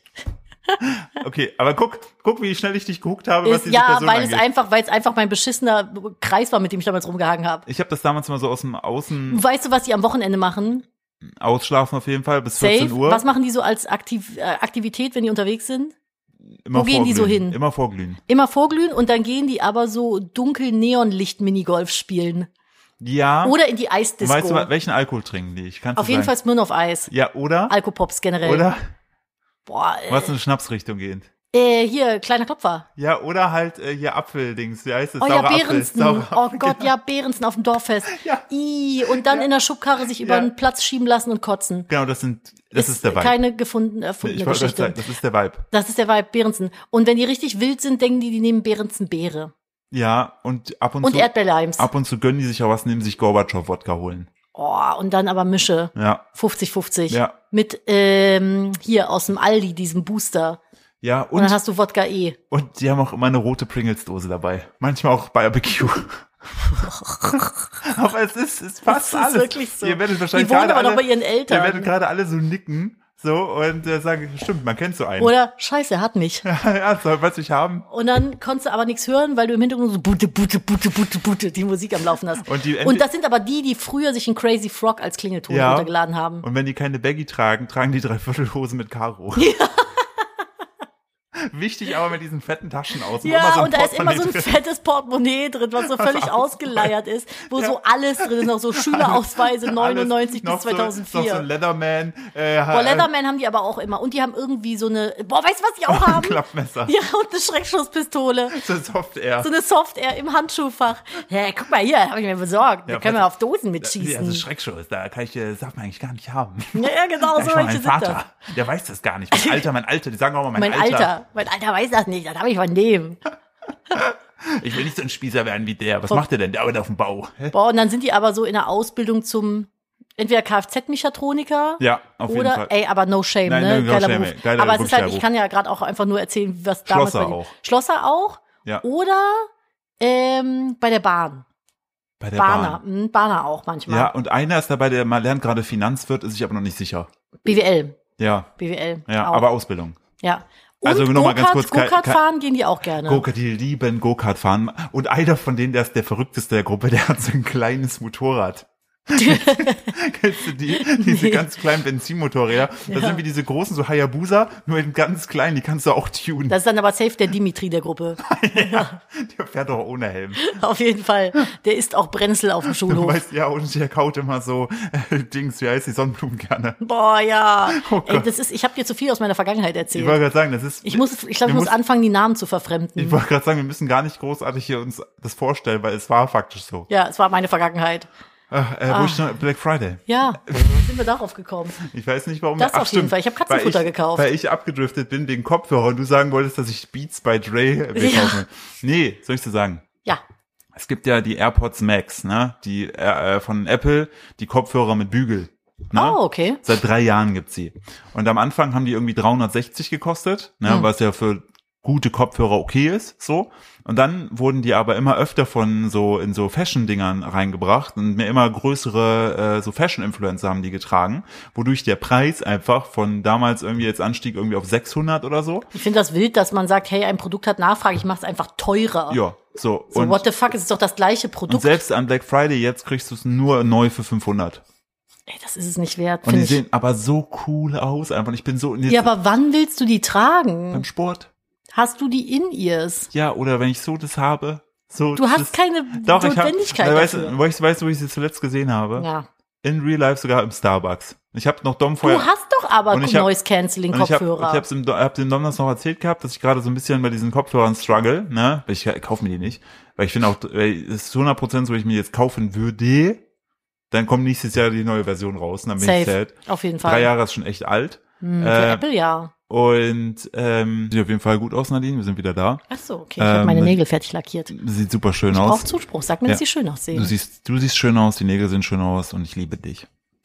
Okay, aber guck, guck, wie schnell ich dich gehuckt habe, was Ist, diese ja, Person weil angeht. es einfach, weil es einfach mein beschissener Kreis war, mit dem ich damals rumgehangen habe. Ich habe das damals mal so aus dem Außen Weißt du, was die am Wochenende machen? ausschlafen auf jeden Fall bis vierzehn Safe. Uhr. Was machen die so als Aktiv äh, Aktivität, wenn die unterwegs sind? Immer wo gehen die so vorglühen. hin? Immer vorglühen. Immer vorglühen und dann gehen die aber so dunkel Neonlicht-Minigolf spielen. Ja. Oder in die Und Eisdisco. weißt du, wa- welchen Alkohol trinken die? Ich kann's Auf dir jeden sagen. Fall Smirnoff Eis. Ja, oder? Alkopops generell. Oder? Boah, Was in äh, eine Schnapsrichtung geht. äh, hier, kleiner Klopfer. Ja, oder halt äh, hier Apfeldings. Wie heißt das? Oh ja, Saure Apfel. Behrensen. Saure Oh Apfel, Gott, genau. ja, Behrensen auf dem Dorffest. Ja. I, und dann Ja. in der Schubkarre sich über Ja. den Platz schieben lassen und kotzen. Genau, das sind, das ist, der Vibe. Keine gefunden, erfundene Ich wollte gerade Geschichte. sagen, das ist der Vibe. Das ist der Vibe, Behrensen. Und wenn die richtig wild sind, denken die, die nehmen Behrensen-Beere. Ja, und ab und, Und zu, Erdbeerleims. ab und zu gönnen die sich auch was, nehmen sich Gorbatschow-Wodka holen. Oh, und dann aber Mische. Ja. fünfzig fünfzig. Ja. Mit, ähm, hier aus dem Aldi, diesem Booster. Ja, Und dann und, hast du Wodka E. und die haben auch immer eine rote Pringles-Dose dabei. Manchmal auch Barbecue. Aber es ist, es passt Das ist alles. wirklich so. Ihr werdet wahrscheinlich Die wohnen gerade aber noch alle, bei ihren Eltern. Ihr werdet gerade alle so nicken. So, und äh, sagen, stimmt, man kennt so einen. Oder, scheiße, er hat mich. Ja, soll was ich haben. Und dann konntest du aber nichts hören, weil du im Hintergrund so bute, bute, bute, bute, bute die Musik am Laufen hast. Und die Und das sind aber die, die früher sich einen Crazy Frog als Klingelton Ja. runtergeladen haben. Und wenn die keine Baggy tragen, tragen die Dreiviertelhose mit Karo. Ja. Wichtig aber mit diesen fetten Taschen aus. wo immer Ja, so ein und da ist immer so ein Portemonnaie drin. fettes Portemonnaie drin, was so völlig ausgeleiert ist, wo so alles drin ist, noch so Schülerausweise neunundneunzig Alles, bis noch So, noch so zweitausendvier. ein Leatherman. Äh, Boah, Leatherman haben die aber auch immer. Und die haben irgendwie so eine, boah, weißt du, was die auch ein haben? Klappmesser. Ja, und eine Schreckschusspistole. So Soft Air. So eine Soft-Air im Handschuhfach. Hä, guck mal hier, habe ich mir besorgt. Da Ja, können was- wir auf Dosen Ja, mitschießen. das ist Schreckschuss. Da kann ich, äh, das darf man eigentlich gar nicht haben. Ja, ja, genau, Da so ist schon welche mein sind Vater. Der weiß das gar nicht. Mein Alter, mein Alter. Die sagen auch mal mein, Mein Alter. Mein Alter weiß das nicht, das habe ich von dem. Ich will nicht so ein Spießer werden wie der. Was macht der denn? Der arbeitet auf dem Bau. Hä? Boah, und dann sind die aber so in der Ausbildung zum entweder Kfz-Mechatroniker Ja, auf jeden oder, Fall. ey, aber no shame, Nein, ne? no Geiler shame, Beruf. ey. Geiler aber es ist halt, Beruf. ich kann ja gerade auch einfach nur erzählen, was damals Schlosser bei den- auch. Schlosser auch? Ja. Oder ähm, bei der Bahn. Bei der Bahner. Bahn. Mhm, Bahner auch manchmal. Ja, und einer ist dabei, der mal lernt gerade Finanzwirt, ist sich aber noch nicht sicher. B W L. Ja, B W L. ja, auch. aber Ausbildung. Ja. Und Also nur mal ganz Go-Kart- kurz, Go-Kart ke- ke- fahren gehen die auch gerne. Go-Kart, die lieben Go-Kart fahren. Und einer von denen, der ist der verrückteste der Gruppe, der hat so ein kleines Motorrad. Kennst du die? Diese Nee. ganz kleinen Benzinmotorräder. Das Ja. sind wie diese großen, so Hayabusa, nur in ganz klein, die kannst du auch tunen. Das ist dann aber safe der Dimitri der Gruppe. Der fährt doch ohne Helm. Auf jeden Fall. Der isst auch Brenzel auf dem Du Schulhof. weißt, ja, und der kaut immer so äh, Dings, wie heißt die, Sonnenblumenkerne. Boah, ja. Oh Ey, Gott. das ist, ich habe dir zu viel aus meiner Vergangenheit Ich erzählt. wollte gerade sagen, das ist... Ich muss, ich glaube, ich wir muss müssen- anfangen, die Namen zu verfremden. Ich wollte gerade sagen, wir müssen gar nicht großartig hier uns das vorstellen, weil es war faktisch so. Ja, es war meine Vergangenheit. Ach, äh, wo ich noch, Black Friday. Ja, sind wir darauf gekommen. Ich weiß nicht, warum. Das Ach, auf jeden stimmt. Fall. Ich hab Katzenfutter weil ich, gekauft. Weil ich abgedriftet bin wegen Kopfhörer und du sagen wolltest, dass ich Beats bei Dre äh, Ja. kaufe. Nee, soll ich dir sagen? Ja. Es gibt ja die AirPods Max, ne? Die äh, von Apple, die Kopfhörer mit Bügel. Ne? Oh, okay. Seit drei Jahren gibt's sie. Und am Anfang haben die irgendwie dreihundertsechzig gekostet, ne? Hm. Was ja für gute Kopfhörer okay ist, so. Und dann wurden die aber immer öfter von so in so Fashion-Dingern reingebracht und mehr immer größere äh, so Fashion-Influencer haben die getragen, wodurch der Preis einfach von damals irgendwie jetzt anstieg irgendwie auf sechshundert oder so. Ich finde das wild, dass man sagt, hey, ein Produkt hat Nachfrage, ich mache es einfach teurer. Ja, so. So, und, what the fuck, es ist doch das gleiche und Produkt. selbst an Black Friday jetzt kriegst du es nur neu für fünfhundert. Ey, das ist es nicht wert, Und die finde ich. sehen aber so cool aus einfach. Ich bin so... und jetzt Ja, aber wann willst du die tragen? beim Sport. Hast du die In-Ears? Ja, oder wenn ich so das habe. So, Du hast das, keine doch, ich hab, Notwendigkeit weißt, dafür. du, weißt, weißt du, wo ich sie zuletzt gesehen habe? Ja. In Real Life sogar im Starbucks. Ich habe noch Dom Du vorher... hast doch aber Und ich hab- Noise Cancelling Und ich habe Kopfhörer. ich hab's im, hab dem Dom das noch erzählt gehabt, dass ich gerade so ein bisschen bei diesen Kopfhörern struggle, ne? Ich, ich kaufe mir die nicht, weil ich finde auch, weil es ist hundert Prozent so, wenn ich mir jetzt kaufen würde, dann kommt nächstes Jahr die neue Version raus, und dann bin ich Safe, sad. auf jeden Fall. Drei Jahre ist schon echt alt. Hm, für äh, Apple ja. Und ähm, sieht auf jeden Fall gut aus, Nadine, wir sind wieder da. Ach so, okay. Ich habe meine ähm, Nägel fertig lackiert. Sieht super schön Ich aus. brauche Zuspruch. Sag mir, dass Ja. sie schön aussehen. Du siehst, du siehst schön aus, die Nägel sehen schön aus und ich liebe dich.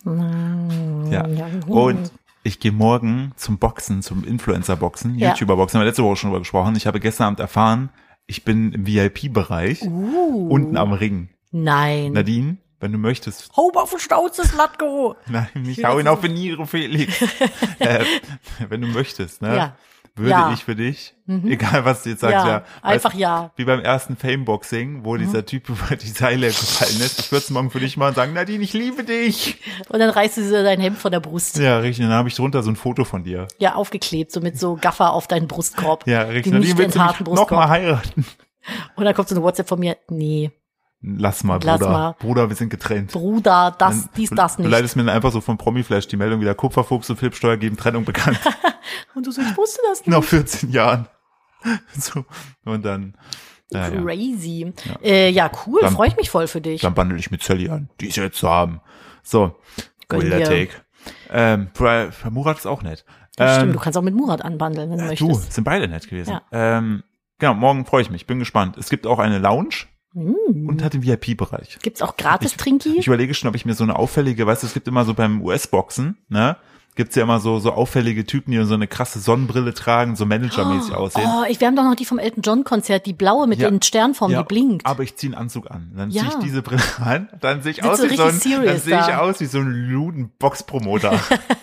Mm, Ja. Und ich gehe morgen zum Boxen, zum Influencer-Boxen, Ja. YouTuber-Boxen, haben wir letzte Woche schon drüber gesprochen. Ich habe gestern Abend erfahren, ich bin im V I P-Bereich, uh, unten am Ring. Nein. Nadine, wenn du möchtest. Hau auf den Stauz, Latko. Nein, ich will hau das ihn auf die Niere, Felix. äh, wenn du möchtest, ne? Ja. Würde Ja. ich für dich, egal was du jetzt sagst, Ja, ja, einfach weißt, ja. wie beim ersten Fame-Boxing, wo dieser Typ über die Seile gefallen ist. Ich würde es morgen für dich mal sagen, Nadine, ich liebe dich. Und dann reißt du dir dein Hemd von der Brust. Ja, richtig. Und dann habe ich drunter so ein Foto von dir. Ja, aufgeklebt, so mit so Gaffer auf deinen Brustkorb. Ja, richtig. Den Nadine, nicht willst du mich enthaarten noch mal Brustkorb. heiraten? Und dann kommt so eine WhatsApp von mir. Nee, Lass mal, Lass Bruder. mal. Bruder, wir sind getrennt. Bruder, das, Dann- dies, das Du nicht. leitest mir dann einfach so von Promiflash die Meldung wieder, Kupferfuchs und Philipp Steuer geben Trennung bekannt. Und du so, ich wusste das nicht. Nach vierzehn Jahren. So. Und dann, ja, ja. Crazy. Ja, äh, ja cool, Dann- freue ich mich voll für dich. Dann bandel ich mit Sally an. Die ist ja jetzt zu haben. So. Gönn Wilder dir. Take. Ähm, Bri- für Murat ist auch nett. Das ähm, stimmt, du kannst auch mit Murat anbandeln, wenn du Du, möchtest. sind beide nett gewesen. Ja. Ähm, genau, morgen freue ich mich. Bin gespannt. Es gibt auch eine Lounge Mm. und hat den V I P-Bereich. Gibt's auch Gratis-Trinki? Ich überlege schon, ob ich mir so eine auffällige, weißt du, es gibt immer so beim U S-Boxen, ne, gibt's ja immer so so auffällige Typen, die so eine krasse Sonnenbrille tragen, so managermäßig aussehen. Oh, ich, wir haben doch noch die vom Elton John Konzert, die blaue mit Ja. den Sternformen, Ja, die blinkt. aber ich ziehe einen Anzug an. Dann Ja. ziehe ich diese Brille an, dann sehe ich Sitzt aus du wie so ein, richtig dann serious sehe ich da. aus wie so ein luden Boxpromoter.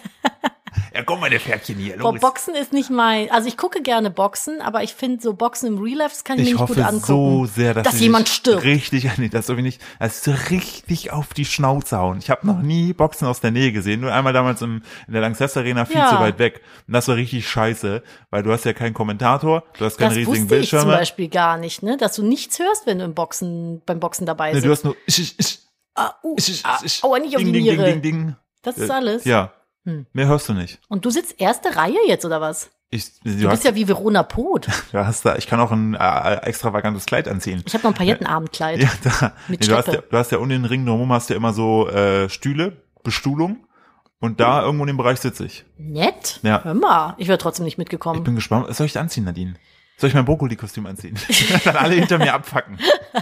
Ja, komm mal, der Pferdchen hier, Boah, los. Boxen ist nicht mein, also ich gucke gerne Boxen, aber ich finde so Boxen im Real Life, das kann ich, Ich mir nicht hoffe gut angucken. so sehr, dass, dass sie jemand sich stirbt. Richtig, nee, das soll ich nicht, das so richtig auf die Schnauze hauen. Ich habe noch nie Boxen aus der Nähe gesehen, nur einmal damals im, in der Lanxess Arena viel Ja. zu weit weg. Und das war richtig scheiße, weil du hast ja keinen Kommentator, du hast keine Das riesigen wusste ich zum Bildschirme. Beispiel gar nicht, ne, dass du nichts hörst, wenn du im Boxen, beim Boxen dabei Nee, bist. du hast nur ich, ich, ich, ah, uh, ich, ich, ah, ich, aua, nicht auf ding, die ding, Niere. ding, ding, ding. Das ist Äh, alles? Ja. Hm. Mehr hörst du nicht. Und du sitzt erste Reihe jetzt, oder was? Ich, Du du, bist hast, ja wie Verona Poth. du hast da, ich kann auch ein äh, extravagantes Kleid anziehen. Ich habe noch ein Paillettenabendkleid. Ja, da. Mit Nee, du, hast Steppe. ja, du hast ja um den Ring drumherum hast ja immer so äh, Stühle, Bestuhlung. Und da irgendwo in dem Bereich sitze ich. Nett. Ja. Hör mal, ich wäre trotzdem nicht Ich mitgekommen. bin gespannt. Was soll ich da anziehen, Nadine? Soll ich mein Brokkoli-Kostüm anziehen? Dann alle hinter mir abfacken.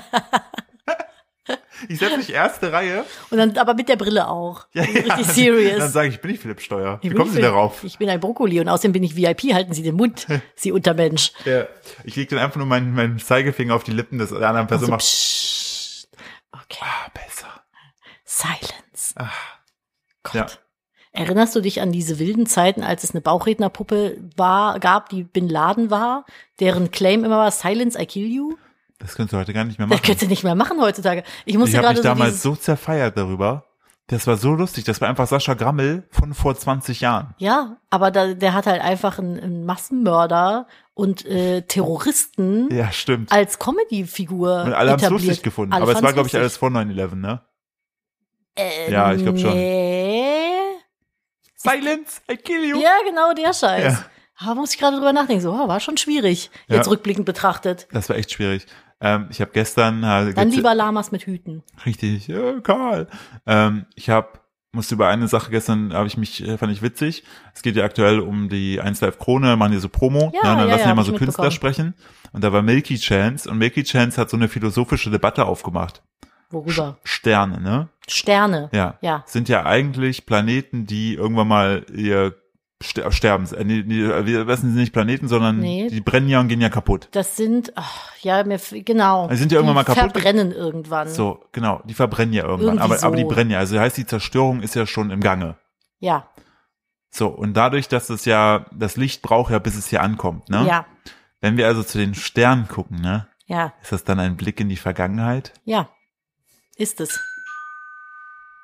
Ich setze mich erste Reihe. Und dann aber mit der Brille auch. Ja, Richtig ja. serious. Dann sage ich, ich bin nicht Philipp Steuer. Wie Ich bin kommen Sie nicht- darauf? Ich bin ein Brokkoli und außerdem bin ich V I P. Halten Sie den Mund, Sie Untermensch. Ja. Ich lege dann einfach nur meinen, meinen Zeigefinger auf die Lippen des der anderen Person. So, Macht, pssst. Okay. ah, besser. Silence. Ah. Gott. Ja. Erinnerst du dich an diese wilden Zeiten, als es eine Bauchrednerpuppe war, gab, die Bin Laden war, deren Claim immer war, Silence, I kill you? Das könntest du heute gar nicht mehr Das machen. könntest du nicht mehr machen heutzutage. Ich musste Ich habe gerade mich so damals dieses, so zerfeiert darüber. Das war so lustig. Das war einfach Sascha Grammel von vor zwanzig Jahren. ja, aber da, der hat halt einfach einen, einen Massenmörder und äh, Terroristen Ja, stimmt. als Comedy-Figur Und alle haben es etabliert. lustig gefunden. Alle Aber es war, fanden's glaube ich, lustig. alles vor neun elf, ne? Äh, Ja, ich glaub schon. Nee. Silence, I kill you. Ja, genau, der Scheiß. Ja. Da muss ich gerade drüber nachdenken. So, oh, war schon schwierig, Ja. jetzt rückblickend betrachtet. Das war echt schwierig. Ähm, ich habe gestern äh, Dann gibt's- lieber Lamas mit Hüten. richtig, ja, Karl. Ähm, ich habe musste über eine Sache gestern, habe ich mich, äh, fand ich witzig. Es geht ja aktuell um die eins Live Krone, machen die so Promo, Ja, ne, und dann ja, lassen ja, die hab immer ich so Künstler mitbekommen. sprechen. Und da war Milky Chance und Milky Chance hat so eine philosophische Debatte aufgemacht. Worüber? Sterne, ne? Sterne. Ja. Ja. Sind ja eigentlich Planeten, die irgendwann mal ihr ster- sterben. Äh, nee, nee, wir wissen sie nicht Planeten, sondern Nee. die brennen ja und gehen ja kaputt. Das sind, ach, ja, mir, f- genau. Die sind ja irgendwann Die mal kaputt. verbrennen irgendwann. So, genau, die verbrennen ja irgendwann. Irgendwie Aber, so. aber die brennen ja. Also heißt, die Zerstörung ist ja schon im Gange. Ja. So, und dadurch, dass es ja, das Licht braucht ja, bis es hier ankommt, ne? Ja. Wenn wir also zu den Sternen gucken, ne? Ja. Ist das dann ein Blick in die Vergangenheit? Ja. Ist es.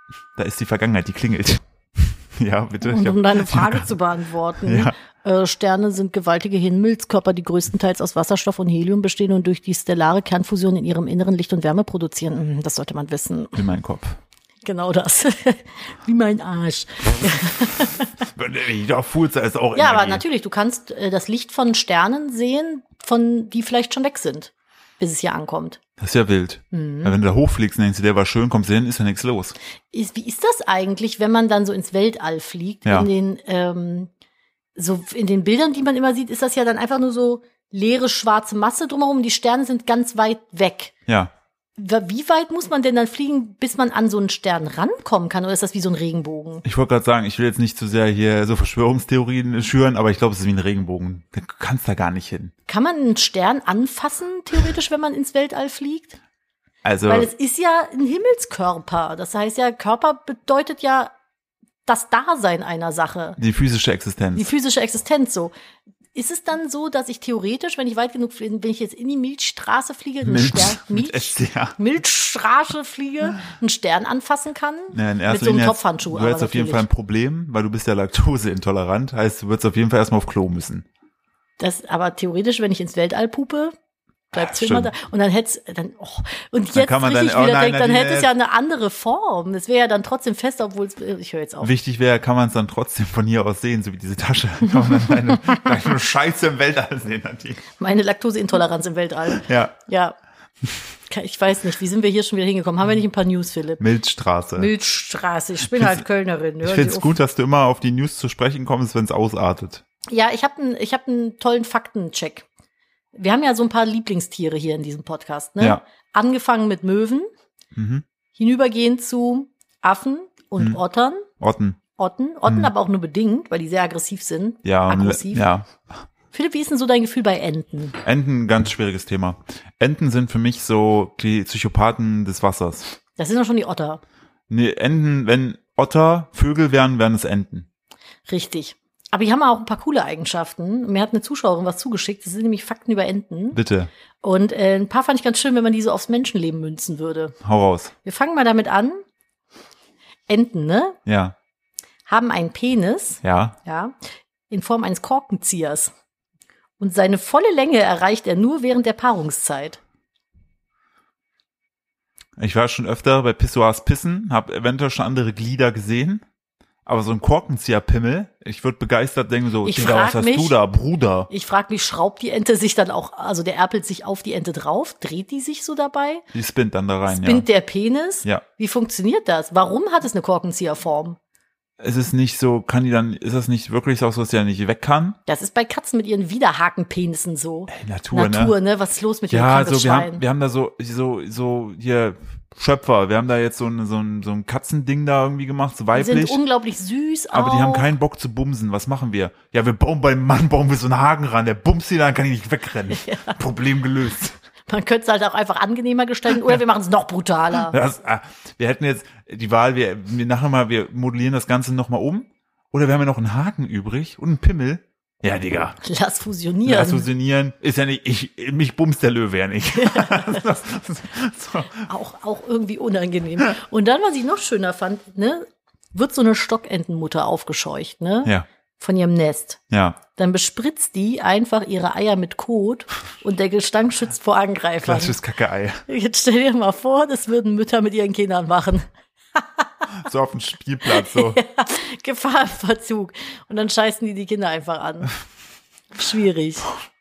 Da ist die Vergangenheit, die klingelt. Ja, bitte. Und um hab, deine Frage zu beantworten, Ja. äh, Sterne sind gewaltige Himmelskörper, die größtenteils aus Wasserstoff und Helium bestehen und durch die stellare Kernfusion in ihrem Inneren Licht und Wärme produzieren. Hm, Das sollte man wissen. In meinen Kopf. Genau das. Wie mein Arsch. Jeder Fuß ist auch Ja, aber Energie. natürlich, du kannst äh, das Licht von Sternen sehen, von die vielleicht schon weg sind, bis es hier ankommt. Das ist ja wild. Mhm. Weil wenn du da hochfliegst und denkst, der war schön, kommst du hin, ist ja nichts los. Ist, wie ist das eigentlich, wenn man dann so ins Weltall fliegt? Ja. In den ähm, so in den Bildern, die man immer sieht, ist das ja dann einfach nur so leere schwarze Masse drumherum. Die Sterne sind ganz weit weg. Ja. Wie weit muss man denn dann fliegen, bis man an so einen Stern rankommen kann? Oder ist das wie so ein Regenbogen? Ich wollte gerade sagen, ich will jetzt nicht zu sehr hier so Verschwörungstheorien schüren, aber ich glaube, es ist wie ein Regenbogen. Du kannst da gar nicht hin. Kann man einen Stern anfassen, theoretisch, wenn man ins Weltall fliegt? Also, Weil es ist ja ein Himmelskörper. Das heißt ja, Körper bedeutet ja das Dasein einer Sache. die physische Existenz. Die physische Existenz so. Ist es dann so, dass ich theoretisch, wenn ich weit genug fliege, wenn ich jetzt in die Milchstraße fliege, einen Milch, Stern, mit Milch, S C H. Milchstraße fliege, einen Stern anfassen kann? Ja, in mit erster so einem Linie hast- Topfhandschuh. Du hättest aber auf jeden natürlich. Fall ein Problem, weil du bist ja laktoseintolerant. Heißt, du würdest auf jeden Fall erstmal auf Klo müssen. Das, aber theoretisch, wenn ich ins Weltall pupe, bleibt's für Stimmt. immer da. Und dann hätt's, dann, oh, und Dann jetzt kann man dann- richtig oh wieder nein, denkt, dann Nadine, hätte es ja eine andere Form. Das wäre ja dann trotzdem fest, obwohl es, ich höre jetzt auf. Wichtig wäre, kann man es dann trotzdem von hier aus sehen, so wie diese Tasche. Kann man dann deine, deine Scheiße im Weltall sehen, Nadine. Meine Laktoseintoleranz im Weltall. Ja, Ja. Ich weiß nicht, wie sind wir hier schon wieder hingekommen? Haben wir nicht ein paar News, Philipp? Milchstraße. Milchstraße. Ich bin Find's- halt Kölnerin. ich finde es gut, dass du immer auf die News zu sprechen kommst, wenn es ausartet. Ja, ich habe einen, ich habe einen tollen Faktencheck. Wir haben ja so ein paar Lieblingstiere hier in diesem Podcast, ne? Ja. Angefangen mit Möwen, Mhm. hinübergehend zu Affen und Mhm. Ottern. Otten. Otten, Otten Mhm. aber auch nur bedingt, weil die sehr aggressiv sind. Ja, und le- Aggressiv. ja. Philipp, wie ist denn so dein Gefühl bei Enten? Enten, ganz schwieriges Thema. Enten sind für mich so die Psychopathen des Wassers. Das sind doch schon die Otter. Nee, Enten, wenn Otter Vögel wären, wären es Enten. Richtig. Aber die haben auch ein paar coole Eigenschaften. Mir hat eine Zuschauerin was zugeschickt. Das sind nämlich Fakten über Enten. Bitte, Und äh, ein paar fand ich ganz schön, wenn man die so aufs Menschenleben münzen würde. hau raus. Wir fangen mal damit an. Enten, ne? Ja, Haben einen Penis, ja. ja, in Form eines Korkenziehers. Und seine volle Länge erreicht er nur während der Paarungszeit. Ich war schon öfter bei Pissoirs pissen, habe eventuell schon andere Glieder gesehen. Aber so ein Korkenzieher-Pimmel, ich würde begeistert denken so, Ich Digga, frag was hast mich- du da, Bruder? Ich frage mich, schraubt die Ente sich dann auch, also der erpelt sich auf die Ente drauf? Dreht die sich so dabei? Die spinnt dann da rein, Spinnt der Penis? ja. Ja. Wie funktioniert das? Warum hat es eine Korkenzieherform? Es ist nicht so, kann die dann, ist das nicht wirklich so, dass die ja nicht weg kann? Das ist bei Katzen mit ihren Widerhakenpenissen so. Ey, Natur, Natur, ne? ne? Was ist los mit dem Ja, krankes so, wir Schwein? haben, wir haben da so, so, so, hier, Schöpfer, wir haben da jetzt so ein, so ein, so ein Katzending da irgendwie gemacht, so Die weiblich. sind unglaublich süß Aber auch. die haben keinen Bock zu bumsen. Was machen wir? Ja, wir bauen beim Mann, bauen wir so einen Haken ran. Der bumst die, dann kann ich nicht wegrennen. Problem gelöst. Man könnte es halt auch einfach angenehmer gestalten oder wir machen es noch brutaler. Das, ah, wir hätten jetzt die Wahl, wir, wir nachher mal, wir modellieren das Ganze nochmal um. Oder wir haben ja noch einen Haken übrig und einen Pimmel. Ja, Digga. Lass fusionieren. Lass fusionieren. Ist ja nicht, ich, mich bumst der Löwe ja nicht. das, so. Auch, auch irgendwie unangenehm. Und dann, was ich noch schöner fand, ne, wird so eine Stockentenmutter aufgescheucht, ne? Ja, Von ihrem Nest. ja. Dann bespritzt die einfach ihre Eier mit Kot und der Gestank schützt vor Angreifern. Klassisches Kacke-Ei. Jetzt stell dir mal vor, das würden Mütter mit ihren Kindern machen. So auf dem Spielplatz, so. Gefahr im Verzug. Und dann scheißen die die Kinder einfach an. Schwierig.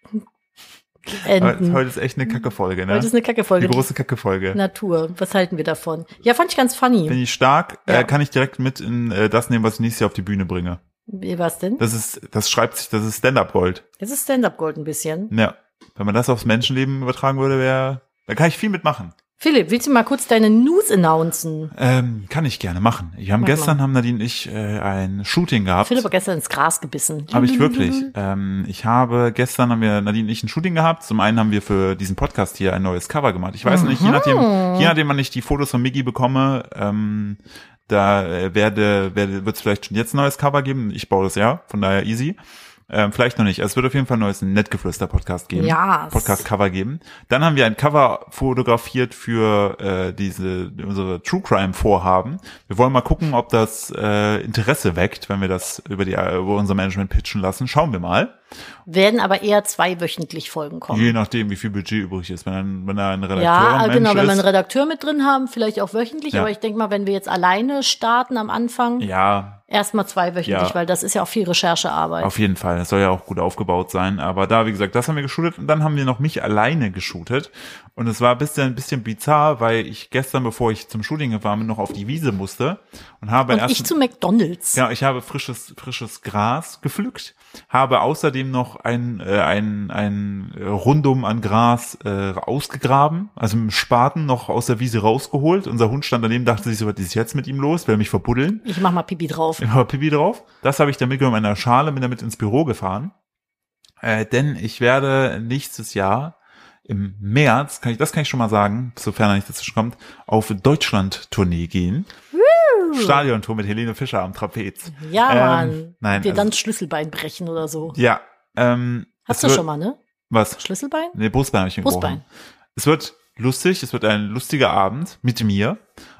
Enten. Heute ist echt eine Kacke-Folge, ne? Heute ist eine Kacke-Folge. Die große Kacke-Folge. Natur. Was halten wir davon? Ja, fand ich ganz funny. Finde ich stark. Ja. Äh, kann ich direkt mit in äh, das nehmen, was ich nächstes Jahr auf die Bühne bringe. Wie was denn? Das ist, das schreibt sich, das ist Stand-Up-Gold. Es ist Stand-Up-Gold ein bisschen. Ja. Wenn man das aufs Menschenleben übertragen würde, wäre, da kann ich viel mitmachen. Philipp, willst du mal kurz deine News announcen? Ähm, kann ich gerne machen. Ich haben Mach gestern haben Nadine und ich äh, ein Shooting gehabt. Philipp hat gestern ins Gras gebissen. Habe ich wirklich. Ähm, ich habe gestern haben wir Nadine und ich ein Shooting gehabt. Zum einen haben wir für diesen Podcast hier ein neues Cover gemacht. Ich weiß nicht, je nachdem, je nachdem, wann ich die Fotos von Miggi bekomme, ähm, da äh, werde, werde wird es vielleicht schon jetzt ein neues Cover geben. Ich baue das ja, von daher easy. Ähm, vielleicht noch nicht. Es wird auf jeden Fall ein neues Nettgeflüster-Podcast geben. Ja. Podcast-Cover geben. Dann haben wir ein Cover fotografiert für äh, diese unsere True Crime-Vorhaben. Wir wollen mal gucken, ob das äh, Interesse weckt, wenn wir das über die über unser Management pitchen lassen. Schauen wir mal. Werden aber eher zwei wöchentlich Folgen kommen. Je nachdem, wie viel Budget übrig ist. Wenn ein, wenn da ein Redakteur Ja, ein genau, Mensch wenn wir einen ist, Redakteur mit drin haben, vielleicht auch wöchentlich. Ja. Aber ich denke mal, wenn wir jetzt alleine starten am Anfang, ja, erstmal zweiwöchentlich, Ja. weil das ist ja auch viel Recherchearbeit. auf jeden Fall. Das soll ja auch gut aufgebaut sein. Aber da, wie gesagt, das haben wir geshootet und dann haben wir noch mich alleine geshootet. Und es war ein bisschen, ein bisschen bizarr, weil ich gestern, bevor ich zum Shooting gefahren bin, noch auf die Wiese musste und habe Und erst ich zu McDonald's. Ja, ich habe frisches frisches Gras gepflückt, habe außerdem noch ein äh, ein ein äh, Rundum an Gras äh, ausgegraben, also mit dem Spaten noch aus der Wiese rausgeholt. Unser Hund stand daneben, dachte sich so, was ist jetzt mit ihm los? Will er mich verbuddeln? Ich mach mal Pipi drauf. Ich habe Pipi drauf. Das habe ich dann mitgenommen in einer Schale, bin damit ins Büro gefahren. Äh, denn ich werde nächstes Jahr im März, kann ich, das kann ich schon mal sagen, sofern er nicht dazu kommt, auf Deutschland-Tournee gehen. Stadiontour mit Helene Fischer am Trapez. Ja, Ähm, Mann. nein, Dir also- dann Schlüsselbein brechen oder so. Ja, ähm. Hast es du wird- schon mal, ne? Was? Schlüsselbein? Nee, Brustbein habe ich mir Brustbein. gebrochen. Es wird lustig, es wird ein lustiger Abend mit mir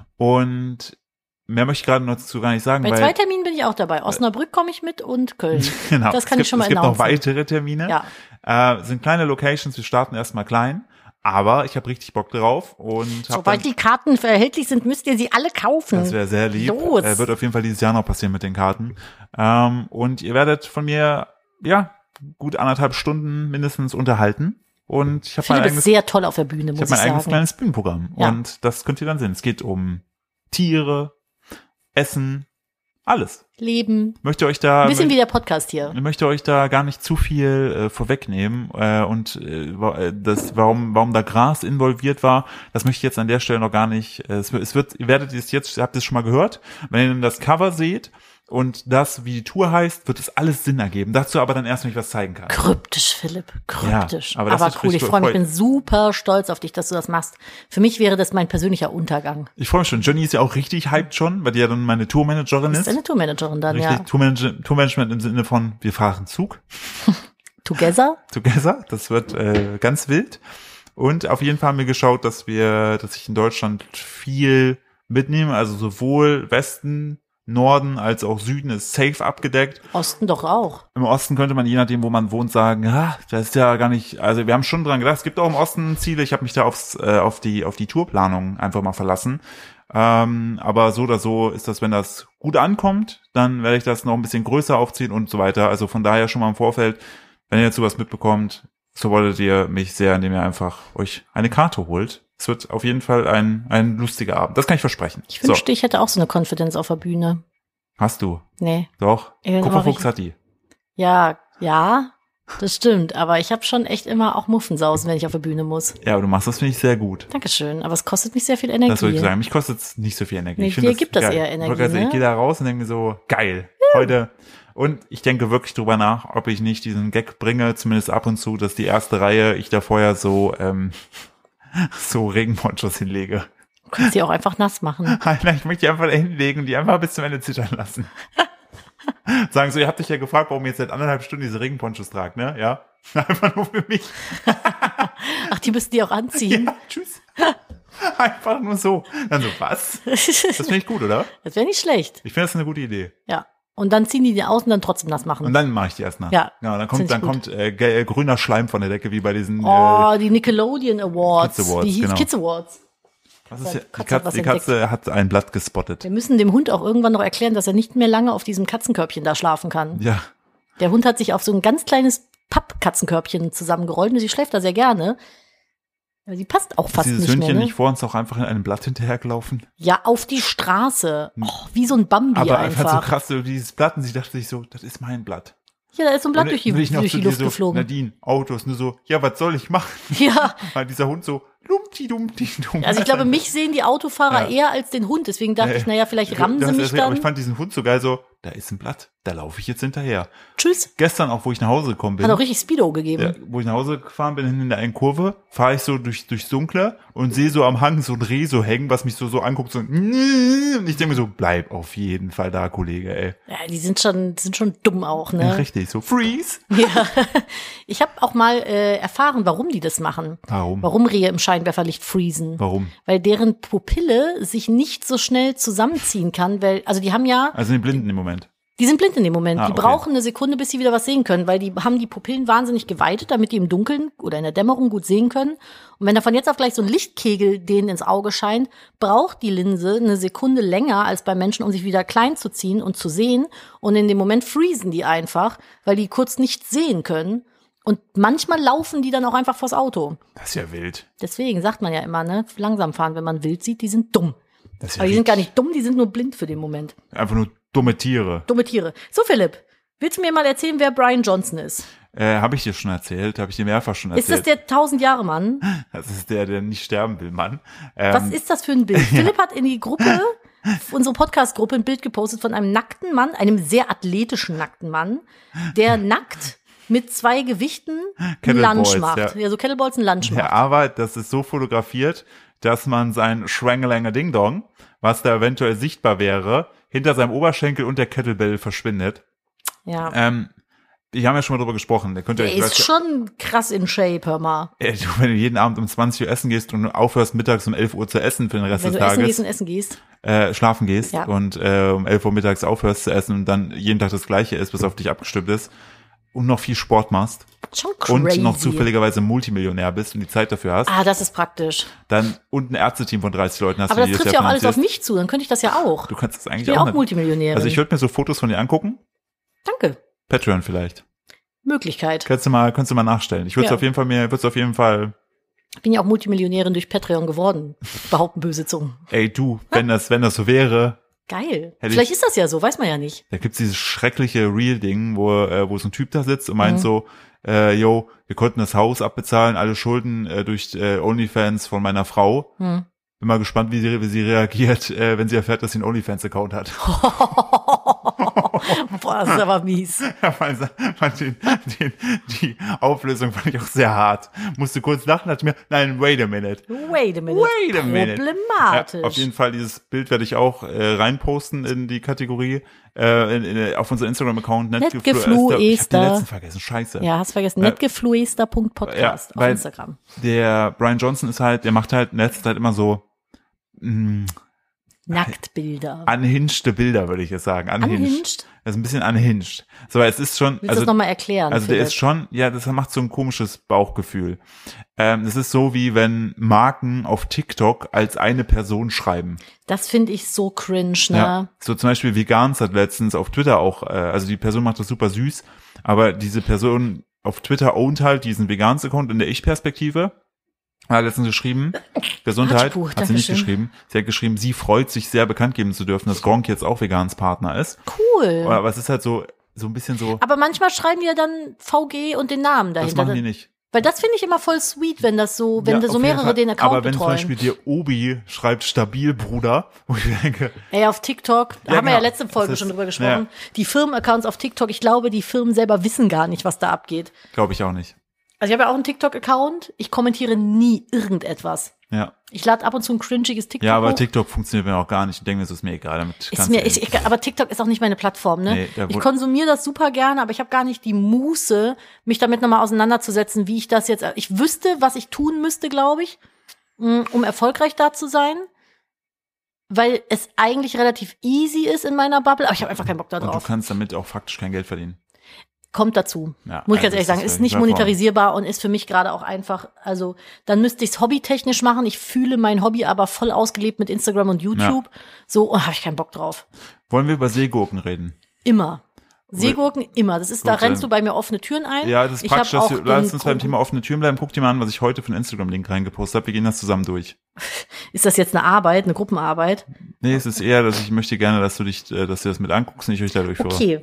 und mehr möchte ich gerade noch dazu gar nicht sagen, Bei weil zwei Terminen bin ich auch dabei. Osnabrück komme ich mit und Köln. genau, Das kann es ich schon mal gibt, Es gibt noch announcen. weitere Termine. Ja. Äh, sind kleine Locations, wir starten erstmal klein, aber ich habe richtig Bock drauf und hab Sobald dann, die Karten erhältlich sind, müsst ihr sie alle kaufen. das wäre sehr lieb. Los. Äh, wird auf jeden Fall dieses Jahr noch passieren mit den Karten. Ähm, und ihr werdet von mir, ja, gut anderthalb Stunden mindestens unterhalten. Und ich habe mein Philipp ist eigenes, sehr toll auf der Bühne, ich muss hab mein ich eigenes sagen. kleines Bühnenprogramm. Ja. Und das könnt ihr dann sehen. Es geht um Tiere, Essen, alles. Leben. Möchte euch da Ein bisschen wie der Podcast hier. Ich möchte euch da gar nicht zu viel äh, vorwegnehmen äh, und äh, wa- äh, das, warum, warum da Gras involviert war, das möchte ich jetzt an der Stelle noch gar nicht. Äh, es, wird- es wird, ihr werdet es jetzt, ihr habt es schon mal gehört, wenn ihr das Cover seht und das, wie die Tour heißt, wird es alles Sinn ergeben. Dazu aber dann erst, wenn ich was zeigen kann. Kryptisch, Philipp. Kryptisch. Ja, aber aber das ist cool, richtig ich freue mich. Ich voll- bin super stolz auf dich, dass du das machst. Für mich wäre das mein persönlicher Untergang. Ich freue mich schon. Jenny ist ja auch richtig hyped schon, weil die ja dann meine Tourmanagerin Du ist. bist eine Tourmanagerin dann, Richtig, ja. Tourmanage- Tourmanagement im Sinne von, wir fahren Zug. Together? Together. Das wird äh, ganz wild. Und auf jeden Fall haben wir geschaut, dass wir, dass ich in Deutschland viel mitnehme, also sowohl Westen, Norden als auch Süden ist safe abgedeckt. Osten doch auch. Im Osten könnte man, je nachdem, wo man wohnt, sagen, ja, das ist ja gar nicht, also wir haben schon dran gedacht, es gibt auch im Osten Ziele, ich habe mich da aufs, äh, auf die auf die Tourplanung einfach mal verlassen. Ähm, aber so oder so ist das, wenn das gut ankommt, dann werde ich das noch ein bisschen größer aufziehen und so weiter. Also von daher schon mal im Vorfeld, wenn ihr jetzt sowas mitbekommt, so wolltet ihr mich sehr, indem ihr einfach euch eine Karte holt. Es wird auf jeden Fall ein ein lustiger Abend. Das kann ich versprechen. Ich So, wünschte, ich hätte auch so eine Confidence auf der Bühne. hast du. Nee. Doch. Ich bin aber Kupferfuchs richtig- hat die. Ja, ja, das stimmt. Aber ich habe schon echt immer auch Muffensausen, wenn ich auf der Bühne muss. Ja, aber du machst das, finde ich, sehr gut. Dankeschön. Aber es kostet mich sehr viel Energie. Das würde ich sagen. Mich kostet es nicht so viel Energie. Nee, ich finde dir gibt das geil. eher Ich Energie, wollte gerade sagen, ne? Ich gehe da raus und denke mir so, geil, heute. Und ich denke wirklich drüber nach, ob ich nicht diesen Gag bringe, zumindest ab und zu, dass die erste Reihe, ich da vorher so, ähm, so Regenponchos hinlege. Du kannst sie auch einfach nass machen. Nein, ich möchte die einfach da hinlegen und die einfach bis zum Ende zittern lassen. Sagen so, ihr habt dich ja gefragt, warum ihr jetzt seit anderthalb Stunden diese Regenponchos tragt, ne? Ja. Einfach nur für mich. Ach, die müssen die auch anziehen. Ja, tschüss. Einfach nur so. Dann so, was? Das finde ich gut, oder? Das wäre nicht schlecht. Ich finde das eine gute Idee. Ja. Und dann ziehen die die aus und dann trotzdem nass machen. Und dann mache ich die erst nach. Ja, Ja, dann find kommt, ich dann gut. kommt äh, ge- äh, grüner Schleim von der Decke, wie bei diesen. Äh, Oh, die Nickelodeon Awards. Kids Awards, Wie hieß genau. Kids Awards? was ist hier? Die Katze hat Katze, was die Katze hat ein Blatt gespottet. Wir müssen dem Hund auch irgendwann noch erklären, dass er nicht mehr lange auf diesem Katzenkörbchen da schlafen kann. Ja. Der Hund hat sich auf so ein ganz kleines Pappkatzenkörbchen zusammengerollt und sie schläft da sehr gerne. Aber sie passt auch Ist fast dieses nicht Hündchen mehr. Ne? nicht vor uns auch einfach in einem Blatt hinterhergelaufen? Ja, auf die Straße. Oh, wie so ein Bambi Aber einfach. einfach so krass, so dieses Blatt und sie dachte sich so, das ist mein Blatt. Ja, da ist so ein Blatt Und durch die, will ich noch durch zu die dir Luft so, geflogen. Nadine, Autos, nur so, ja, was soll ich machen? Ja, Weil dieser Hund so, Lumpti, dumpti, dumpti. Also ich glaube, mich sehen die Autofahrer Ja. eher als den Hund. Deswegen dachte Ja. ich, naja, vielleicht rammen Das sie ist mich deswegen, aber dann. ich fand diesen Hund so geil, so, da ist ein Blatt, da laufe ich jetzt hinterher. Tschüss. Gestern auch, wo ich nach Hause gekommen bin. Hat auch richtig Speedo gegeben. Ja, wo ich nach Hause gefahren bin, in der einen Kurve, fahre ich so durch, durchs Dunkle und sehe so am Hang so ein Reh so hängen, was mich so, so anguckt, so, und ich denke mir so, bleib auf jeden Fall da, Kollege, ey. Ja, die sind schon, die sind schon dumm auch, Ja, ne? richtig, so, freeze. Ja. Ich habe auch mal äh, erfahren, warum die das machen. Warum? Warum Rehe im Scheinwerferlicht freezen. Warum? Weil deren Pupille sich nicht so schnell zusammenziehen kann, weil, also die haben ja, Also den Blinden im Moment. die sind blind in dem Moment. Ah, die okay. brauchen eine Sekunde, bis sie wieder was sehen können, weil die haben die Pupillen wahnsinnig geweitet, damit die im Dunkeln oder in der Dämmerung gut sehen können. Und wenn da von jetzt auf gleich so ein Lichtkegel denen ins Auge scheint, braucht die Linse eine Sekunde länger als bei Menschen, um sich wieder klein zu ziehen und zu sehen. Und in dem Moment freezen die einfach, weil die kurz nicht sehen können. Und manchmal laufen die dann auch einfach vors Auto. Das ist ja wild. Deswegen sagt man ja immer, ne, langsam fahren, wenn man wild sieht, die sind dumm. Das ist ja Aber die sind richtig. gar nicht dumm, die sind nur blind für den Moment. Einfach nur dumme Tiere. Dumme Tiere. So, Philipp, willst du mir mal erzählen, wer Brian Johnson ist? Äh, habe ich dir schon erzählt, habe ich dir mehrfach schon Ist das erzählt. der tausend-Jahre-Mann? Das ist der, der nicht sterben will, Mann. Ähm, Was ist das für ein Bild? Philipp hat in die Gruppe, unsere Podcast-Gruppe, ein Bild gepostet von einem nackten Mann, einem sehr athletischen nackten Mann, der nackt mit zwei Gewichten einen Kettlebells, Lunge macht. ja. Ja, so Kettlebells einen Lunge Ja, macht. aber das ist so fotografiert, dass man sein Schwangelanger Ding Dong, was da eventuell sichtbar wäre, hinter seinem Oberschenkel und der Kettlebell verschwindet. Ja. Ähm, wir haben ja schon mal drüber gesprochen. Der könnte Der ist schon krass in Shape, hör mal. Ey, du, wenn du jeden Abend um zwanzig Uhr essen gehst und aufhörst mittags um elf Uhr zu essen für den Rest Wenn des du essen Tages, gehst und essen gehst. äh, schlafen gehst Ja. und äh, um elf Uhr mittags aufhörst zu essen und dann jeden Tag das Gleiche isst, bis auf dich abgestimmt ist und noch viel Sport machst Schon crazy. und noch zufälligerweise Multimillionär bist und die Zeit dafür hast, Ah, das ist praktisch. dann und ein Ärzteteam von dreißig Leuten hast, Aber die das jedes trifft ja Jahr auch alles auf finanzierst. mich zu, dann könnte ich das ja auch. Du kannst das eigentlich Ich bin auch auch nicht. Multimillionärin. Also ich würde mir so Fotos von dir angucken. Danke. Patreon vielleicht. Möglichkeit. Kannst du mal, kannst du mal nachstellen. Ich würde es Ja. auf jeden Fall mir, würde es auf jeden Fall, Ich bin ja auch Multimillionärin durch Patreon geworden. Behaupten böse Zungen. ey du, wenn das, wenn das so wäre, Geil. Hätte Vielleicht ich- ist das ja so, weiß man ja nicht. da gibt's dieses schreckliche Real-Ding, wo, äh, wo so ein Typ da sitzt und meint Mhm. so, äh, yo, wir konnten das Haus abbezahlen, alle Schulden äh, durch äh, OnlyFans von meiner Frau. Hm. Bin mal gespannt, wie sie, wie sie reagiert, äh, wenn sie erfährt, dass sie einen OnlyFans-Account hat. Boah, das ist aber mies. Ja, fand, fand den, den, die Auflösung fand ich auch sehr hart. Musste kurz lachen, dachte mir, nein, wait a minute. Wait a minute. Wait a minute. Problematisch. Ja, auf jeden Fall, dieses Bild werde ich auch äh, reinposten in die Kategorie, äh, in, in, auf unser Instagram-Account. Netgefluester. Ich hab den letzten vergessen, scheiße. Ja, hast vergessen. Ja. netgefluester Punkt podcast Ja, auf weil- Instagram. Der Brian Johnson ist halt, der macht halt in letzter Zeit immer so mh, Nacktbilder. unhinged Bilder, würde ich jetzt sagen. Unhinged. Unhinged? Das ist ein bisschen unhinged. So, aber es ist schon, Willst du also, das nochmal erklären? also der Philipp? ist schon, ja, das macht so ein komisches Bauchgefühl. Ähm, das ist so, wie wenn Marken auf TikTok als eine Person schreiben. Das finde ich so cringe, ne? Ja, so zum Beispiel Vegans hat letztens auf Twitter auch, äh, also die Person macht das super süß, aber diese Person auf Twitter ownt halt diesen Vegans-Account in der Ich-Perspektive. Hat letztens geschrieben, Gesundheit, Hatschbuch, hat sie nicht Dankeschön. geschrieben. Sie hat geschrieben, sie freut sich sehr bekannt geben zu dürfen, dass Gronk jetzt auch Vegans Partner ist. Cool. Aber es ist halt so, so ein bisschen so, Aber manchmal schreiben die ja dann V G und den Namen das dahinter. machen die nicht. Weil das finde ich immer voll sweet, wenn das so, wenn Ja, da so auf jeden mehrere Fall. den Account Aber wenn zum betreuen. Beispiel dir Obi schreibt, stabil, Bruder, wo ich denke, Ey, auf TikTok, da Ja, haben wir ja genau. letzte Folge Das ist- schon drüber gesprochen. ja. Die Firmenaccounts auf TikTok, ich glaube, die Firmen selber wissen gar nicht, was da abgeht. glaube ich auch nicht. Also ich habe ja auch einen TikTok-Account, ich kommentiere nie irgendetwas. Ja. Ich lade ab und zu ein cringiges TikTok Ja, aber hoch. TikTok funktioniert mir auch gar nicht. Ich denke mir, es ist mir egal. Damit Ist kannst mir, du- ich, ich, aber TikTok ist auch nicht meine Plattform, ne? Nee, da ich wurde- konsumiere das super gerne, aber ich habe gar nicht die Muße, mich damit nochmal auseinanderzusetzen, wie ich das jetzt. Ich wüsste, was ich tun müsste, glaube ich, mh, um erfolgreich da zu sein. Weil es eigentlich relativ easy ist in meiner Bubble, aber ich habe einfach keinen Bock da Und du drauf. kannst damit auch faktisch kein Geld verdienen. Kommt dazu. Ja, Muss ich also ganz ehrlich das sagen, ist ist ja nicht nicht mal monetarisierbar und ist für mich gerade auch einfach, also dann müsste ich es hobbytechnisch machen. Ich fühle mein Hobby aber voll ausgelebt mit Instagram und YouTube. So, oh, habe ich keinen Bock drauf. Wollen wir über Seegurken reden? Immer. Seegurken immer. Das ist, da Gut, rennst ähm, du bei mir offene Türen ein. Ja, das ist Ich praktisch, hab dass auch wir, lass den uns beim Kon- Thema offene Türen bleiben. Guck dir mal an, was ich heute für einen Instagram-Link reingepostet habe. Wir gehen das zusammen durch. Ist das jetzt eine Arbeit, eine Gruppenarbeit? Nee, es ist eher, dass ich möchte gerne, dass du dich, äh, dass du das mit anguckst und ich euch da durchführe. Okay.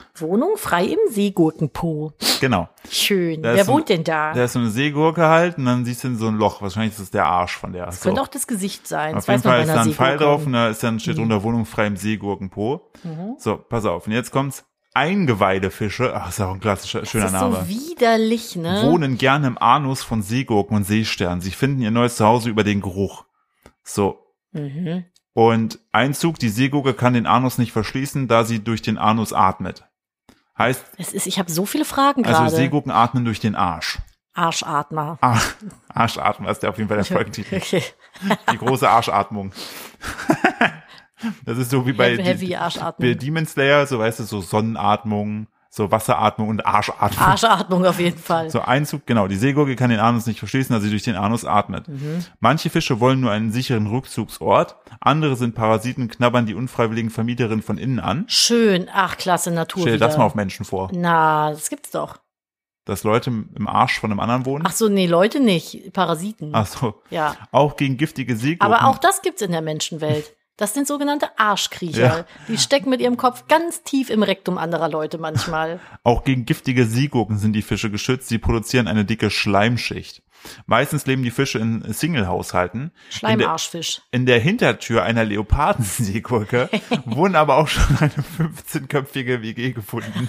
Wohnung frei im Seegurkenpo. Genau. Schön. Da Wer ist so- wohnt denn da? Da ist so eine Seegurke halt und dann siehst du so ein Loch. Wahrscheinlich ist das der Arsch von der. Das So. könnte auch das Gesicht sein. Auf Das jeden weiß man Fall bei ist da einer ein Pfeil Seegurke. drauf und da ist dann steht drunter Wohnung frei im Seegurkenpo. Mhm. So, pass auf. Und jetzt kommt's. Eingeweidefische, ach, ist auch ein klassischer, schöner Das ist Name. so widerlich, ne? Wohnen gerne im Anus von Seegurken und Seesternen. Sie finden ihr neues Zuhause über den Geruch. So. Mhm. Und Einzug, die Seegurke kann den Anus nicht verschließen, da sie durch den Anus atmet. Heißt, Es ist, ich habe so viele Fragen gerade. also Seegurken atmen durch den Arsch. Arschatmer. Ah, Arschatmen ist ja auf jeden Fall der Folgentitel. Okay. Die große Arschatmung. Das ist so wie bei, Heavy, heavy die, Arschatmung. bei Demon Slayer, so weißt du, so Sonnenatmung, so Wasseratmung und Arschatmung. Arschatmung auf jeden Fall. So Einzug, genau, die Seegurke kann den Anus nicht verschließen, da sie durch den Anus atmet. Mhm. Manche Fische wollen nur einen sicheren Rückzugsort, andere sind Parasiten, knabbern die unfreiwilligen Vermieterinnen von innen an. Schön. Ach, klasse, Natur Stell dir wieder. das mal auf Menschen vor, Na, das gibt's doch. dass Leute im Arsch von einem anderen wohnen. Ach so, nee, Leute nicht. Parasiten. Ach so. Ja. Auch gegen giftige Seegurken. Aber auch das gibt's in der Menschenwelt. Das sind sogenannte Arschkriecher. Ja. Die stecken mit ihrem Kopf ganz tief im Rektum anderer Leute manchmal. Auch gegen giftige Seegurken sind die Fische geschützt. Sie produzieren eine dicke Schleimschicht. Meistens leben die Fische in Single-Haushalten. In der, Schleimarschfisch. in der Hintertür einer Leopardenseegurke wurden aber auch schon eine fünfzehnköpfige W G gefunden.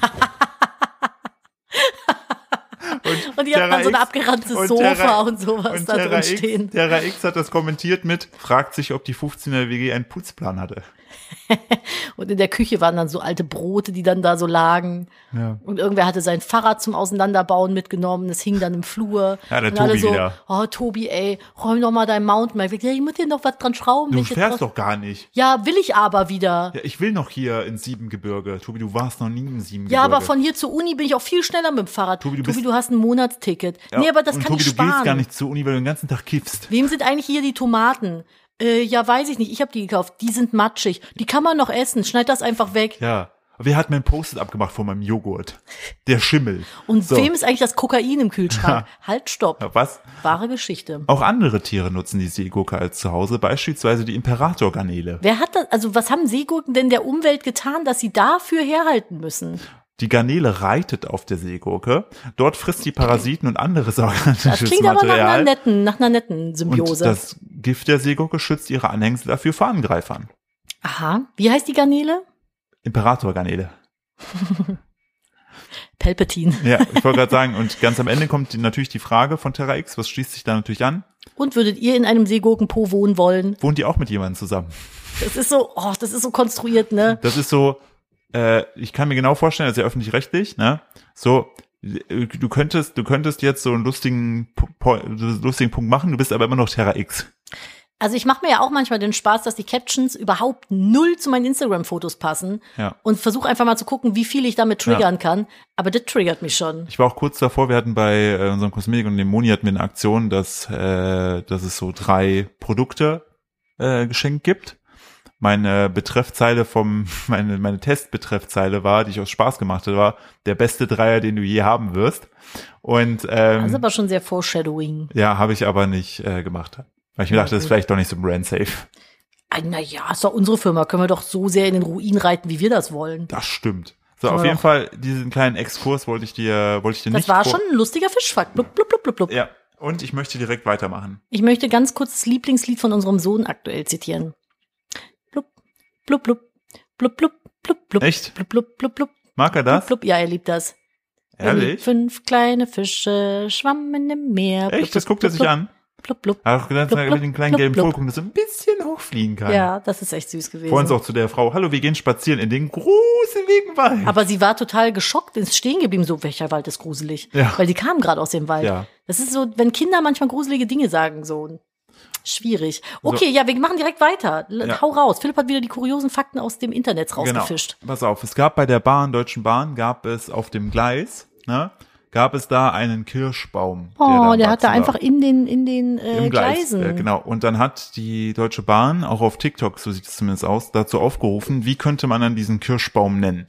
Und, Und die hat dann so ein abgeranntes und Sofa Terra- und sowas und da Terra drin X, stehen. Terra X hat das kommentiert mit, fragt sich, ob die fünfzehner W G einen Putzplan hatte. Und in der Küche waren dann so alte Brote, die dann da so lagen. Ja. Und irgendwer hatte sein Fahrrad zum Auseinanderbauen mitgenommen. Das hing dann im Flur. Ja, der und alle Tobi so, wieder. Oh, Tobi, ey, räum doch mal dein Mountainbike weg. Ja, ich muss dir noch was dran schrauben. Du wenn ich jetzt fährst was- doch gar nicht. Ja, will ich aber wieder. Ja, ich will noch hier ins Siebengebirge. Tobi, du warst noch nie im Siebengebirge. Ja, aber von hier zur Uni bin ich auch viel schneller mit dem Fahrrad. Tobi, du Tobi, bist- du hast ein Monatsticket. Ja, Nee, aber das und kann Tobi, ich du sparen. gehst gar nicht zur Uni, weil du den ganzen Tag kiffst. Wem sind eigentlich hier die Tomaten? Äh, ja, weiß ich nicht. Ich habe die gekauft. Die sind matschig. Die kann man noch essen. Schneid das einfach weg. Ja. Wer hat mir ein Post-it abgemacht von meinem Joghurt? Der Schimmel. Und So. wem ist eigentlich das Kokain im Kühlschrank? Halt, stopp. Ja, was? Wahre Geschichte. Auch andere Tiere nutzen die Seegurke als Zuhause, beispielsweise die Imperatorgarnele. Wer hat das, also was haben Seegurken denn der Umwelt getan, dass sie dafür herhalten müssen? Die Garnele reitet auf der Seegurke. Dort frisst sie Parasiten und anderes Das organisches klingt aber nach einer Material. netten, nach einer netten Und Symbiose. das Gift der Seegurke schützt ihre Anhängsel dafür vor Angreifern. Aha. Wie heißt die Garnele? Imperatorgarnele. Palpatine. Ja, ich wollte gerade sagen, und ganz am Ende kommt die, natürlich die Frage von Terra X, was schließt sich da natürlich an? Und würdet ihr in einem Seegurkenpo wohnen wollen? Wohnt ihr auch mit jemandem zusammen? Das ist so, oh, das ist so konstruiert, ne? Das ist so, äh, ich kann mir genau vorstellen, das ist ja öffentlich-rechtlich, ne? So, äh, du könntest, du könntest jetzt so einen lustigen, Po- Po- lustigen Punkt machen, du bist aber immer noch Terra X. Also ich mache mir ja auch manchmal den Spaß, dass die Captions überhaupt null zu meinen Instagram-Fotos passen Ja. und versuche einfach mal zu gucken, wie viel ich damit triggern kann. Aber das triggert mich schon. Ich war auch kurz davor, wir hatten bei äh, unserem Kosmetik und dem Moni hatten wir eine Aktion, dass, äh, dass es so drei Produkte äh, geschenkt gibt. Meine Betreffzeile vom, meine, meine Testbetreffzeile war, die ich aus Spaß gemacht hatte, war der beste Dreier, den du je haben wirst. Und ähm, Das ist aber schon sehr foreshadowing. ja, habe ich aber nicht äh, gemacht. Weil ich mir Ja, dachte, das ist gut. vielleicht doch nicht so brand safe. Naja, ist doch unsere Firma. Können wir doch so sehr in den Ruin reiten, wie wir das wollen. Das stimmt. So, Können auf wir jeden doch- Fall, diesen kleinen Exkurs wollte ich dir, wollte ich dir Das nicht war vor- schon ein lustiger Fischfakt. Blub, blub, blub, blub, blub. Ja. Und ich möchte direkt weitermachen. Ich möchte ganz kurz das Lieblingslied von unserem Sohn aktuell zitieren. Blub, blub, blub, blub, blub, blub, blub. Echt? Blub, blub, blub, blub, Mag er das? blub, blub. Ja, er liebt das. Ehrlich? Fünf kleine Fische schwammen im Meer. Blub, Echt? Das blub, guckt er blub, sich an? Blub, blub. Er hat auch gedacht, Blub, mit blub, den kleinen blub, gelben blub. Vogelkunden, dass er ein bisschen hochfliegen kann. Ja, das ist echt süß gewesen. Vor uns auch zu der Frau, hallo, wir gehen spazieren in den gruseligen Wald. Aber sie war total geschockt, ist stehen geblieben, so, welcher Wald ist gruselig? Ja. Weil die kamen gerade aus dem Wald. Ja. Das ist so, wenn Kinder manchmal gruselige Dinge sagen, so schwierig. Okay, ja, wir machen direkt weiter. L- Ja. Hau raus. Philipp hat wieder die kuriosen Fakten aus dem Internet rausgefischt. Genau. Pass auf, es gab bei der Bahn, Deutschen Bahn, gab es auf dem Gleis, ne, gab es da einen Kirschbaum. Oh, dann der hat da wachsen einfach in den, in den äh, im Gleis. Gleisen. Äh, genau. Und dann hat die Deutsche Bahn, auch auf TikTok, so sieht es zumindest aus, dazu aufgerufen, wie könnte man dann diesen Kirschbaum nennen?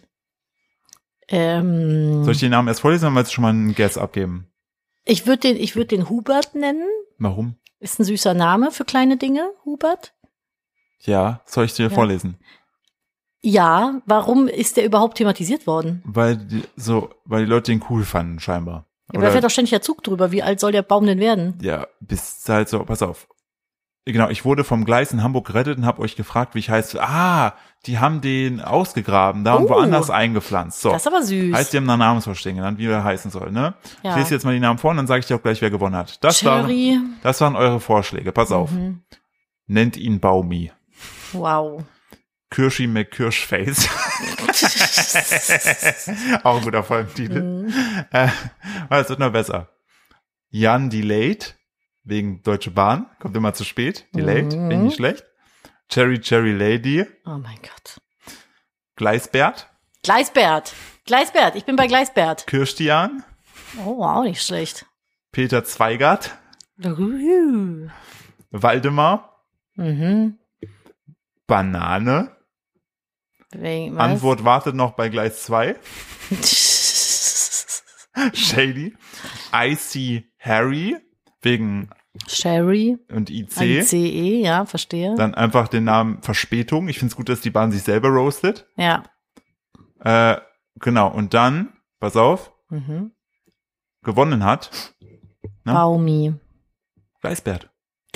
Ähm, Soll ich den Namen erst vorlesen, oder willst du schon mal einen Guess abgeben? ich würde den, ich würde den Hubert nennen. Warum? Ist ein süßer Name für kleine Dinge, Hubert. Ja, soll ich dir Ja. vorlesen? Ja, warum ist der überhaupt thematisiert worden? Weil die, so, weil die Leute den cool fanden, scheinbar. Ja, aber da fährt doch ständig der Zug drüber. Wie alt soll der Baum denn werden? Ja, bis halt so, pass auf. Genau, ich wurde vom Gleis in Hamburg gerettet und habe euch gefragt, wie ich heiße. Ah, die haben den ausgegraben, da und Oh. woanders eingepflanzt. So. Das ist aber süß. Heißt, die haben einen Namensvorschläge genannt, wie er heißen soll, ne? Ja. Ich lese jetzt mal die Namen vor und dann sage ich dir auch gleich, wer gewonnen hat. Das, war, Cherry. das waren eure Vorschläge. Pass auf. Mhm. Nennt ihn Baumi. Wow. Kirschi McKirschface. Auch ein guter Folgentitel. Mhm. Äh, es wird noch besser. Jan Delayed, wegen Deutsche Bahn, kommt immer zu spät. Delayed, Mhm. finde ich nicht schlecht. Cherry Cherry Lady, Oh mein Gott. Gleisbert, Gleisbert. Gleisbert. Ich bin bei Gleisbert. Kirstian, Oh, auch nicht schlecht. Peter Zweigart, Mhm. Waldemar, Banane, Wegen, was? Antwort wartet noch bei Gleis zwei, Shady, Icy Harry, wegen Sherry. und I C. I C E, ja, verstehe. Dann einfach den Namen Verspätung. Ich finde es gut, dass die Bahn sich selber roastet. Ja. Äh, genau, und dann, pass auf, Mhm. gewonnen hat Na? Baumi. Gleisbert.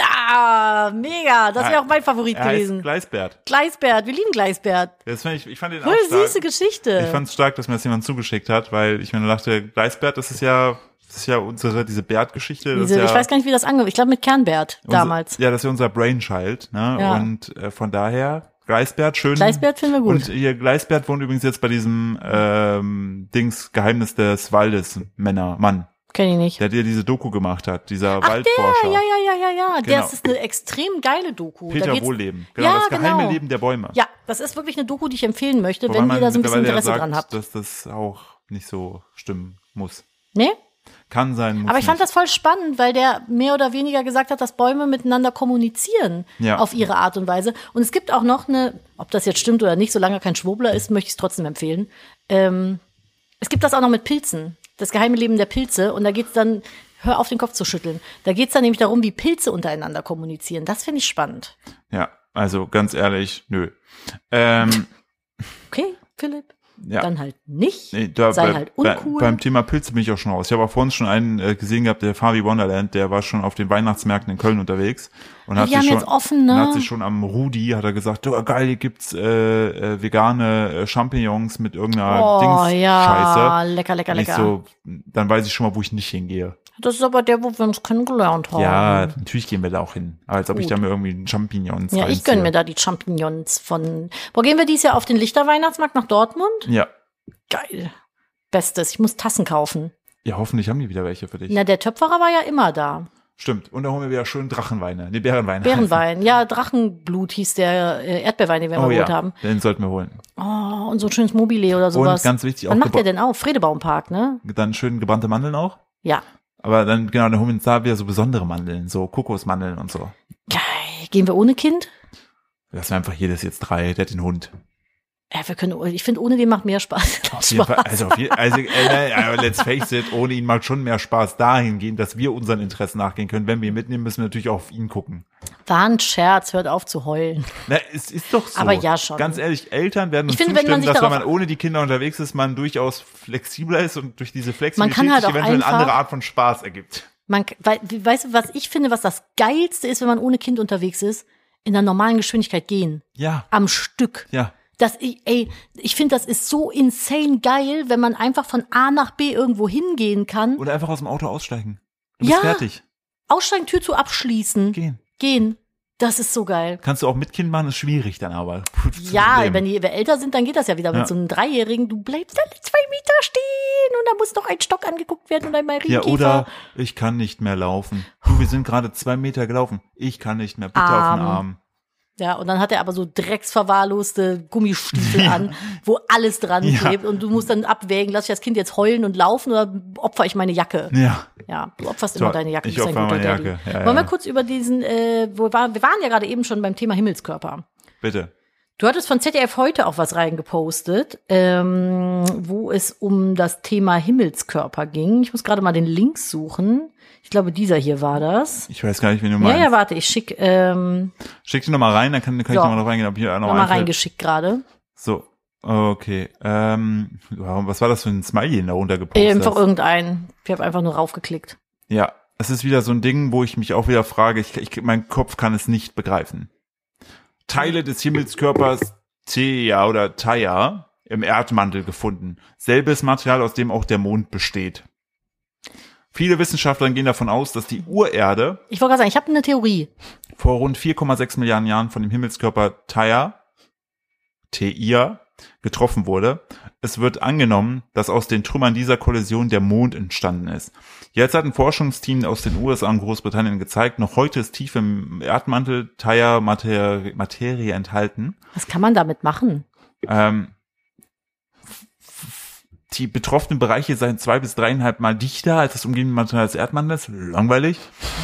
Ah, mega. Das wäre Ja, auch mein Favorit Er heißt gewesen. Gleisbert. Gleisbert. Wir lieben Gleisbert. Das fand ich, ich fand den Voll auch stark. süße Geschichte. Ich fand es stark, dass mir das jemand zugeschickt hat, weil ich mir nur dachte, Gleisbert, das ist ja, das ist ja unsere, diese Bert-Geschichte. Das Diese, ist ja ich weiß gar nicht, wie das angefangen. Ich glaube mit Kernbert unser, damals. Ja, das ist ja unser Brainchild, ne? Ja. Und äh, von daher, Gleisbert, schön. Gleisbert finden wir gut. Und hier, Gleisbert wohnt übrigens jetzt bei diesem ähm, Dings, Geheimnis des Waldes, Männer, Mann. Kenn ich nicht. Der dir diese Doku gemacht hat, dieser Ach, der, Waldforscher. ja, ja, ja, ja, ja. Genau. Das ist eine extrem geile Doku. Da Peter geht's- Wohlleben. Genau, Ja, das geheime genau. Leben der Bäume. Ja, das ist wirklich eine Doku, die ich empfehlen möchte, Wobei wenn man ihr da so ein bisschen mittlerweile Interesse ja sagt, dran habt. dass das auch nicht so stimmen muss. Ne? Kann sein, muss Aber ich fand nicht. das voll spannend, weil der mehr oder weniger gesagt hat, dass Bäume miteinander kommunizieren Ja. auf ihre Art und Weise. Und es gibt auch noch eine, ob das jetzt stimmt oder nicht, solange er kein Schwurbler ist, möchte ich es trotzdem empfehlen. Ähm, es gibt das auch noch mit Pilzen, das geheime Leben der Pilze. Und da geht's dann, hör auf den Kopf zu schütteln, da geht's dann nämlich darum, wie Pilze untereinander kommunizieren. Das finde ich spannend. Ja, also ganz ehrlich, nö. Ähm, Okay, Philipp? ja. Dann halt nicht. Nee, da, Sei bei, halt bei, uncool. beim Thema Pilze bin ich auch schon raus. Ich habe auch vorhin schon einen äh, gesehen gehabt, der Fabi Wonderland, der war schon auf den Weihnachtsmärkten in Köln unterwegs und hat die sich haben schon, jetzt offen, ne? und hat sich schon am Rudi, hat er gesagt, oh, geil, hier gibt's äh, äh, vegane äh, Champignons mit irgendeiner Oh, Dings-Scheiße. ja, lecker, lecker, Und ich lecker. so, dann weiß ich schon mal, wo ich nicht hingehe. Das ist aber der, wo wir uns kennengelernt haben. Ja, natürlich gehen wir da auch hin. Aber als ob ich Gut. da mir irgendwie Champignons Ja, ich reinziehe. gönn mir da die Champignons von. Wo gehen wir dieses Jahr auf den Lichterweihnachtsmarkt nach Dortmund? Ja. Geil. Bestes. Ich muss Tassen kaufen. Ja, hoffentlich haben die wieder welche für dich. Na, der Töpferer war ja immer da. Stimmt. Und da holen wir wieder schön Drachenweine. Nee, Bärenweine. Bärenwein. Ja, Drachenblut hieß der äh, Erdbeerwein, den wir Oh mal ja, geholt haben. den sollten wir holen. Oh, und so ein schönes Mobile oder sowas. Und ganz wichtig, auch Wann macht gebra- der denn auf? Fredebaumpark, ne? Dann schön gebrannte Mandeln auch. Ja. Aber dann, genau, dann holen wir uns da wieder so besondere Mandeln, so Kokosmandeln und so. Geil. Gehen wir ohne Kind? Lassen wir einfach jedes jetzt drei, der hat den Hund. Ja, wir können, ich finde, ohne den macht mehr Spaß. Auf jeden Fall, also, auf jeden, also äh, äh, let's face it, ohne ihn macht schon mehr Spaß dahingehend, dass wir unseren Interessen nachgehen können. Wenn wir ihn mitnehmen, müssen wir natürlich auch auf ihn gucken. War ein Scherz, hört auf zu heulen. Na, es ist doch so. Aber ja schon. Ganz ehrlich, Eltern werden uns Ich finde, wenn man zustimmen, sich dass wenn darauf- man ohne die Kinder unterwegs ist, man durchaus flexibler ist und durch diese Man Flexibilität kann halt sich auch eventuell eine einfach- andere Art von Spaß ergibt. Man, weil, weißt du, was ich finde, was das Geilste ist, wenn man ohne Kind unterwegs ist? In der normalen Geschwindigkeit gehen. Ja, Am Stück. ja. Das, ich- ey, ich finde, das ist so insane geil, wenn man einfach von A nach B irgendwo hingehen kann. Oder einfach aus dem Auto aussteigen. Du bist Ja. fertig. Aussteigen, Tür zu abschließen. Gehen. Gehen. Das ist so geil. Kannst du auch mit Kind machen, ist schwierig dann aber. Ja, Problem. wenn die älter sind, dann geht das ja wieder. Mit Ja. so einem Dreijährigen, du bleibst alle zwei Meter stehen und da muss noch ein Stock angeguckt werden und ein Ja, Marienkäfer. oder ich kann nicht mehr laufen. Du, wir sind gerade zwei Meter gelaufen. Ich kann nicht mehr. Bitte auf den Arm. Arm. Ja, und dann hat er aber so drecksverwahrloste Gummistiefel an, wo alles dran Ja. klebt. Und du musst dann abwägen, lass ich das Kind jetzt heulen und laufen oder opfer ich meine Jacke? Ja. Ja, du opferst So, immer deine Jacke. ich du bist ein opfer guter meine Daddy. Jacke. Ja, Wollen wir ja. kurz über diesen, äh, wo war, wir waren ja gerade eben schon beim Thema Himmelskörper. Bitte. Du hattest von Z D F heute auch was reingepostet, ähm, wo es um das Thema Himmelskörper ging. Ich muss gerade mal den Link suchen. Ich glaube, dieser hier war das. Ich weiß gar nicht, wen du Ja, meinst. ja, warte, ich schick ähm, Schick die nochmal rein, dann kann, kann So. ich nochmal drauf eingehen, ob hier noch nochmal einfällt. reingeschickt gerade. So, okay. Ähm, was war das für ein Smiley in da runtergepostet? Einfach irgendeinen. Ich habe einfach nur raufgeklickt. Ja, es ist wieder so ein Ding, wo ich mich auch wieder frage, ich, ich, mein Kopf kann es nicht begreifen. Teile des Himmelskörpers Theia oder Theia im Erdmantel gefunden. Selbes Material, aus dem auch der Mond besteht. Viele Wissenschaftler gehen davon aus, dass die Urerde Ich wollte gerade sagen, ich habe eine Theorie. vor rund vier Komma sechs Milliarden Jahren von dem Himmelskörper Theia, Theia, getroffen wurde. Es wird angenommen, dass aus den Trümmern dieser Kollision der Mond entstanden ist. Jetzt hat ein Forschungsteam aus den U S A und Großbritannien gezeigt, noch heute ist tief im Erdmantel Theia Materie, Materie enthalten. Was kann man damit machen? Ähm, die betroffenen Bereiche seien zwei bis dreieinhalb Mal dichter als das umgebende Material des Erdmantels. Langweilig.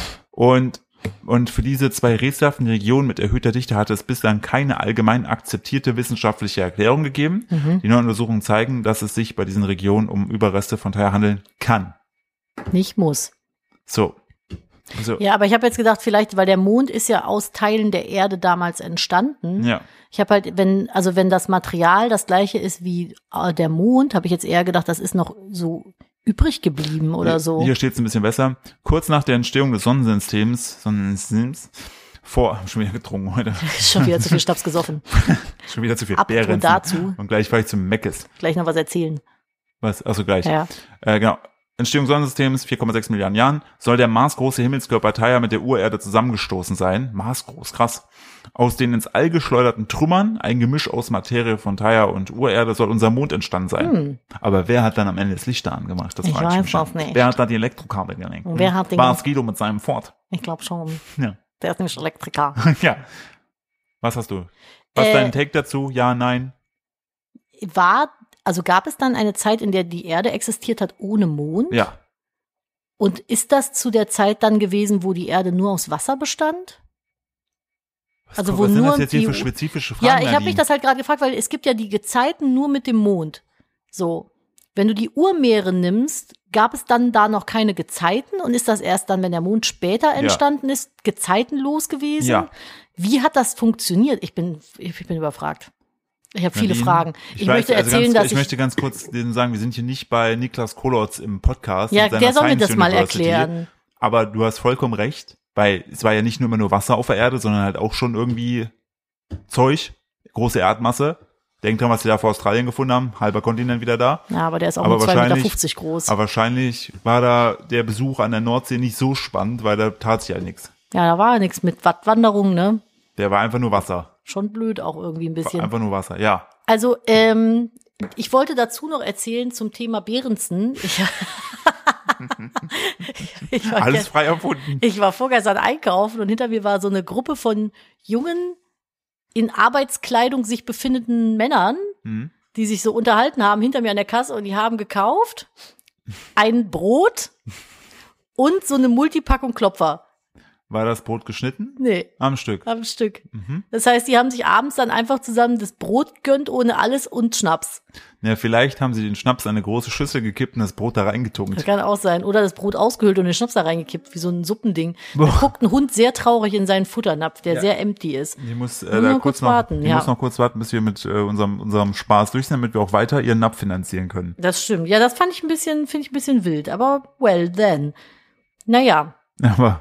Und Und für diese zwei rätselhaften Regionen mit erhöhter Dichte hatte es bislang keine allgemein akzeptierte wissenschaftliche Erklärung gegeben. Mhm. Die neuen Untersuchungen zeigen, dass es sich bei diesen Regionen um Überreste von Theia handeln kann. Nicht muss. So. so. Ja, aber ich habe jetzt gedacht, vielleicht, weil der Mond ist ja aus Teilen der Erde damals entstanden. Ja. Ich habe halt, wenn, also wenn das Material das gleiche ist wie der Mond, habe ich jetzt eher gedacht, das ist noch so übrig geblieben oder so. Hier steht es ein bisschen besser. Kurz nach der Entstehung des Sonnensystems, Sonnensystems vor, schon wieder getrunken heute. Schon wieder zu viel Schnaps gesoffen. Schon wieder zu viel Apropos Bären. dazu. Und gleich fahre ich zum Meckes. Gleich noch was erzählen. Was? Achso, gleich. Ja. Äh, genau. Entstehung des Sonnensystems, vier Komma sechs Milliarden Jahren, soll der maßgroße Himmelskörper Theia mit der Urerde zusammengestoßen sein. Maßgroß, krass. Aus den ins All geschleuderten Trümmern, ein Gemisch aus Materie von Theia und Urerde, soll unser Mond entstanden sein. Hm. Aber wer hat dann am Ende das Licht da angemacht? Das ich frage weiß ich mich das nicht. Wer hat da die Elektrokabel gelenkt? Wer hat den War es Guido mit seinem Ford? Ich glaube schon. Ja. Der ist nicht Elektriker. Ja. Was hast du? Was ist äh, dein Take dazu? Ja, nein? War, also gab es dann eine Zeit, in der die Erde existiert hat ohne Mond? Ja. Und ist das zu der Zeit dann gewesen, wo die Erde nur aus Wasser bestand? Was, also kommt, wo was sind nur das jetzt hier die, für spezifische Fragen? Ja, ich habe Nadine? mich das halt gerade gefragt, weil es gibt ja die Gezeiten nur mit dem Mond. So, wenn du die Urmeere nimmst, gab es dann da noch keine Gezeiten und ist das erst dann, wenn der Mond später entstanden ja. ist, gezeitenlos gewesen? Ja. Wie hat das funktioniert? Ich bin, ich bin überfragt. Ich habe viele Nadine, Fragen. Ich, ich weiß, möchte also erzählen, ganz, dass ich, ich, ich möchte ganz kurz denen sagen, wir sind hier nicht bei Niklas Kolotz im Podcast. Ja, der soll mir das mal University, erklären. Aber du hast vollkommen recht, weil es war ja nicht nur immer nur Wasser auf der Erde, sondern halt auch schon irgendwie Zeug, große Erdmasse. Denk dran, was sie da vor Australien gefunden haben, halber Kontinent wieder da. Ja, aber der ist auch aber nur zwei Meter fünfzig groß. Aber wahrscheinlich war da der Besuch an der Nordsee nicht so spannend, weil da tat sich ja nichts. Ja, da war ja nichts mit Wattwanderung, ne? Der war einfach nur Wasser. Schon blöd auch irgendwie ein bisschen. War einfach nur Wasser, ja. Also, ähm, ich wollte dazu noch erzählen zum Thema Behrensen. Ich, ich war Alles gest- frei erfunden. Ich war vorgestern einkaufen und hinter mir war so eine Gruppe von jungen, in Arbeitskleidung sich befindenden Männern, Mhm. die sich so unterhalten haben hinter mir an der Kasse und die haben gekauft ein Brot und so eine Multipackung Klopfer. War das Brot geschnitten? Nee. Am Stück. Am Stück. Mhm. Das heißt, die haben sich abends dann einfach zusammen das Brot gönnt ohne alles und Schnaps. Ja, vielleicht haben sie den Schnaps in eine große Schüssel gekippt und das Brot da Das reingetunkt. kann auch sein. Oder das Brot ausgehöhlt und den Schnaps da reingekippt, wie so ein Suppending. Da Boah. guckt ein Hund sehr traurig in seinen Futternapf, der Ja. sehr empty ist. Die muss, äh, Muss da noch kurz kurz noch, warten, die ja. muss noch kurz warten, bis wir mit äh, unserem, unserem Spaß durch sind, damit wir auch weiter ihren Napf finanzieren können. Das stimmt. Ja, das fand ich ein bisschen, finde ich ein bisschen wild. Aber well then. Naja. Aber,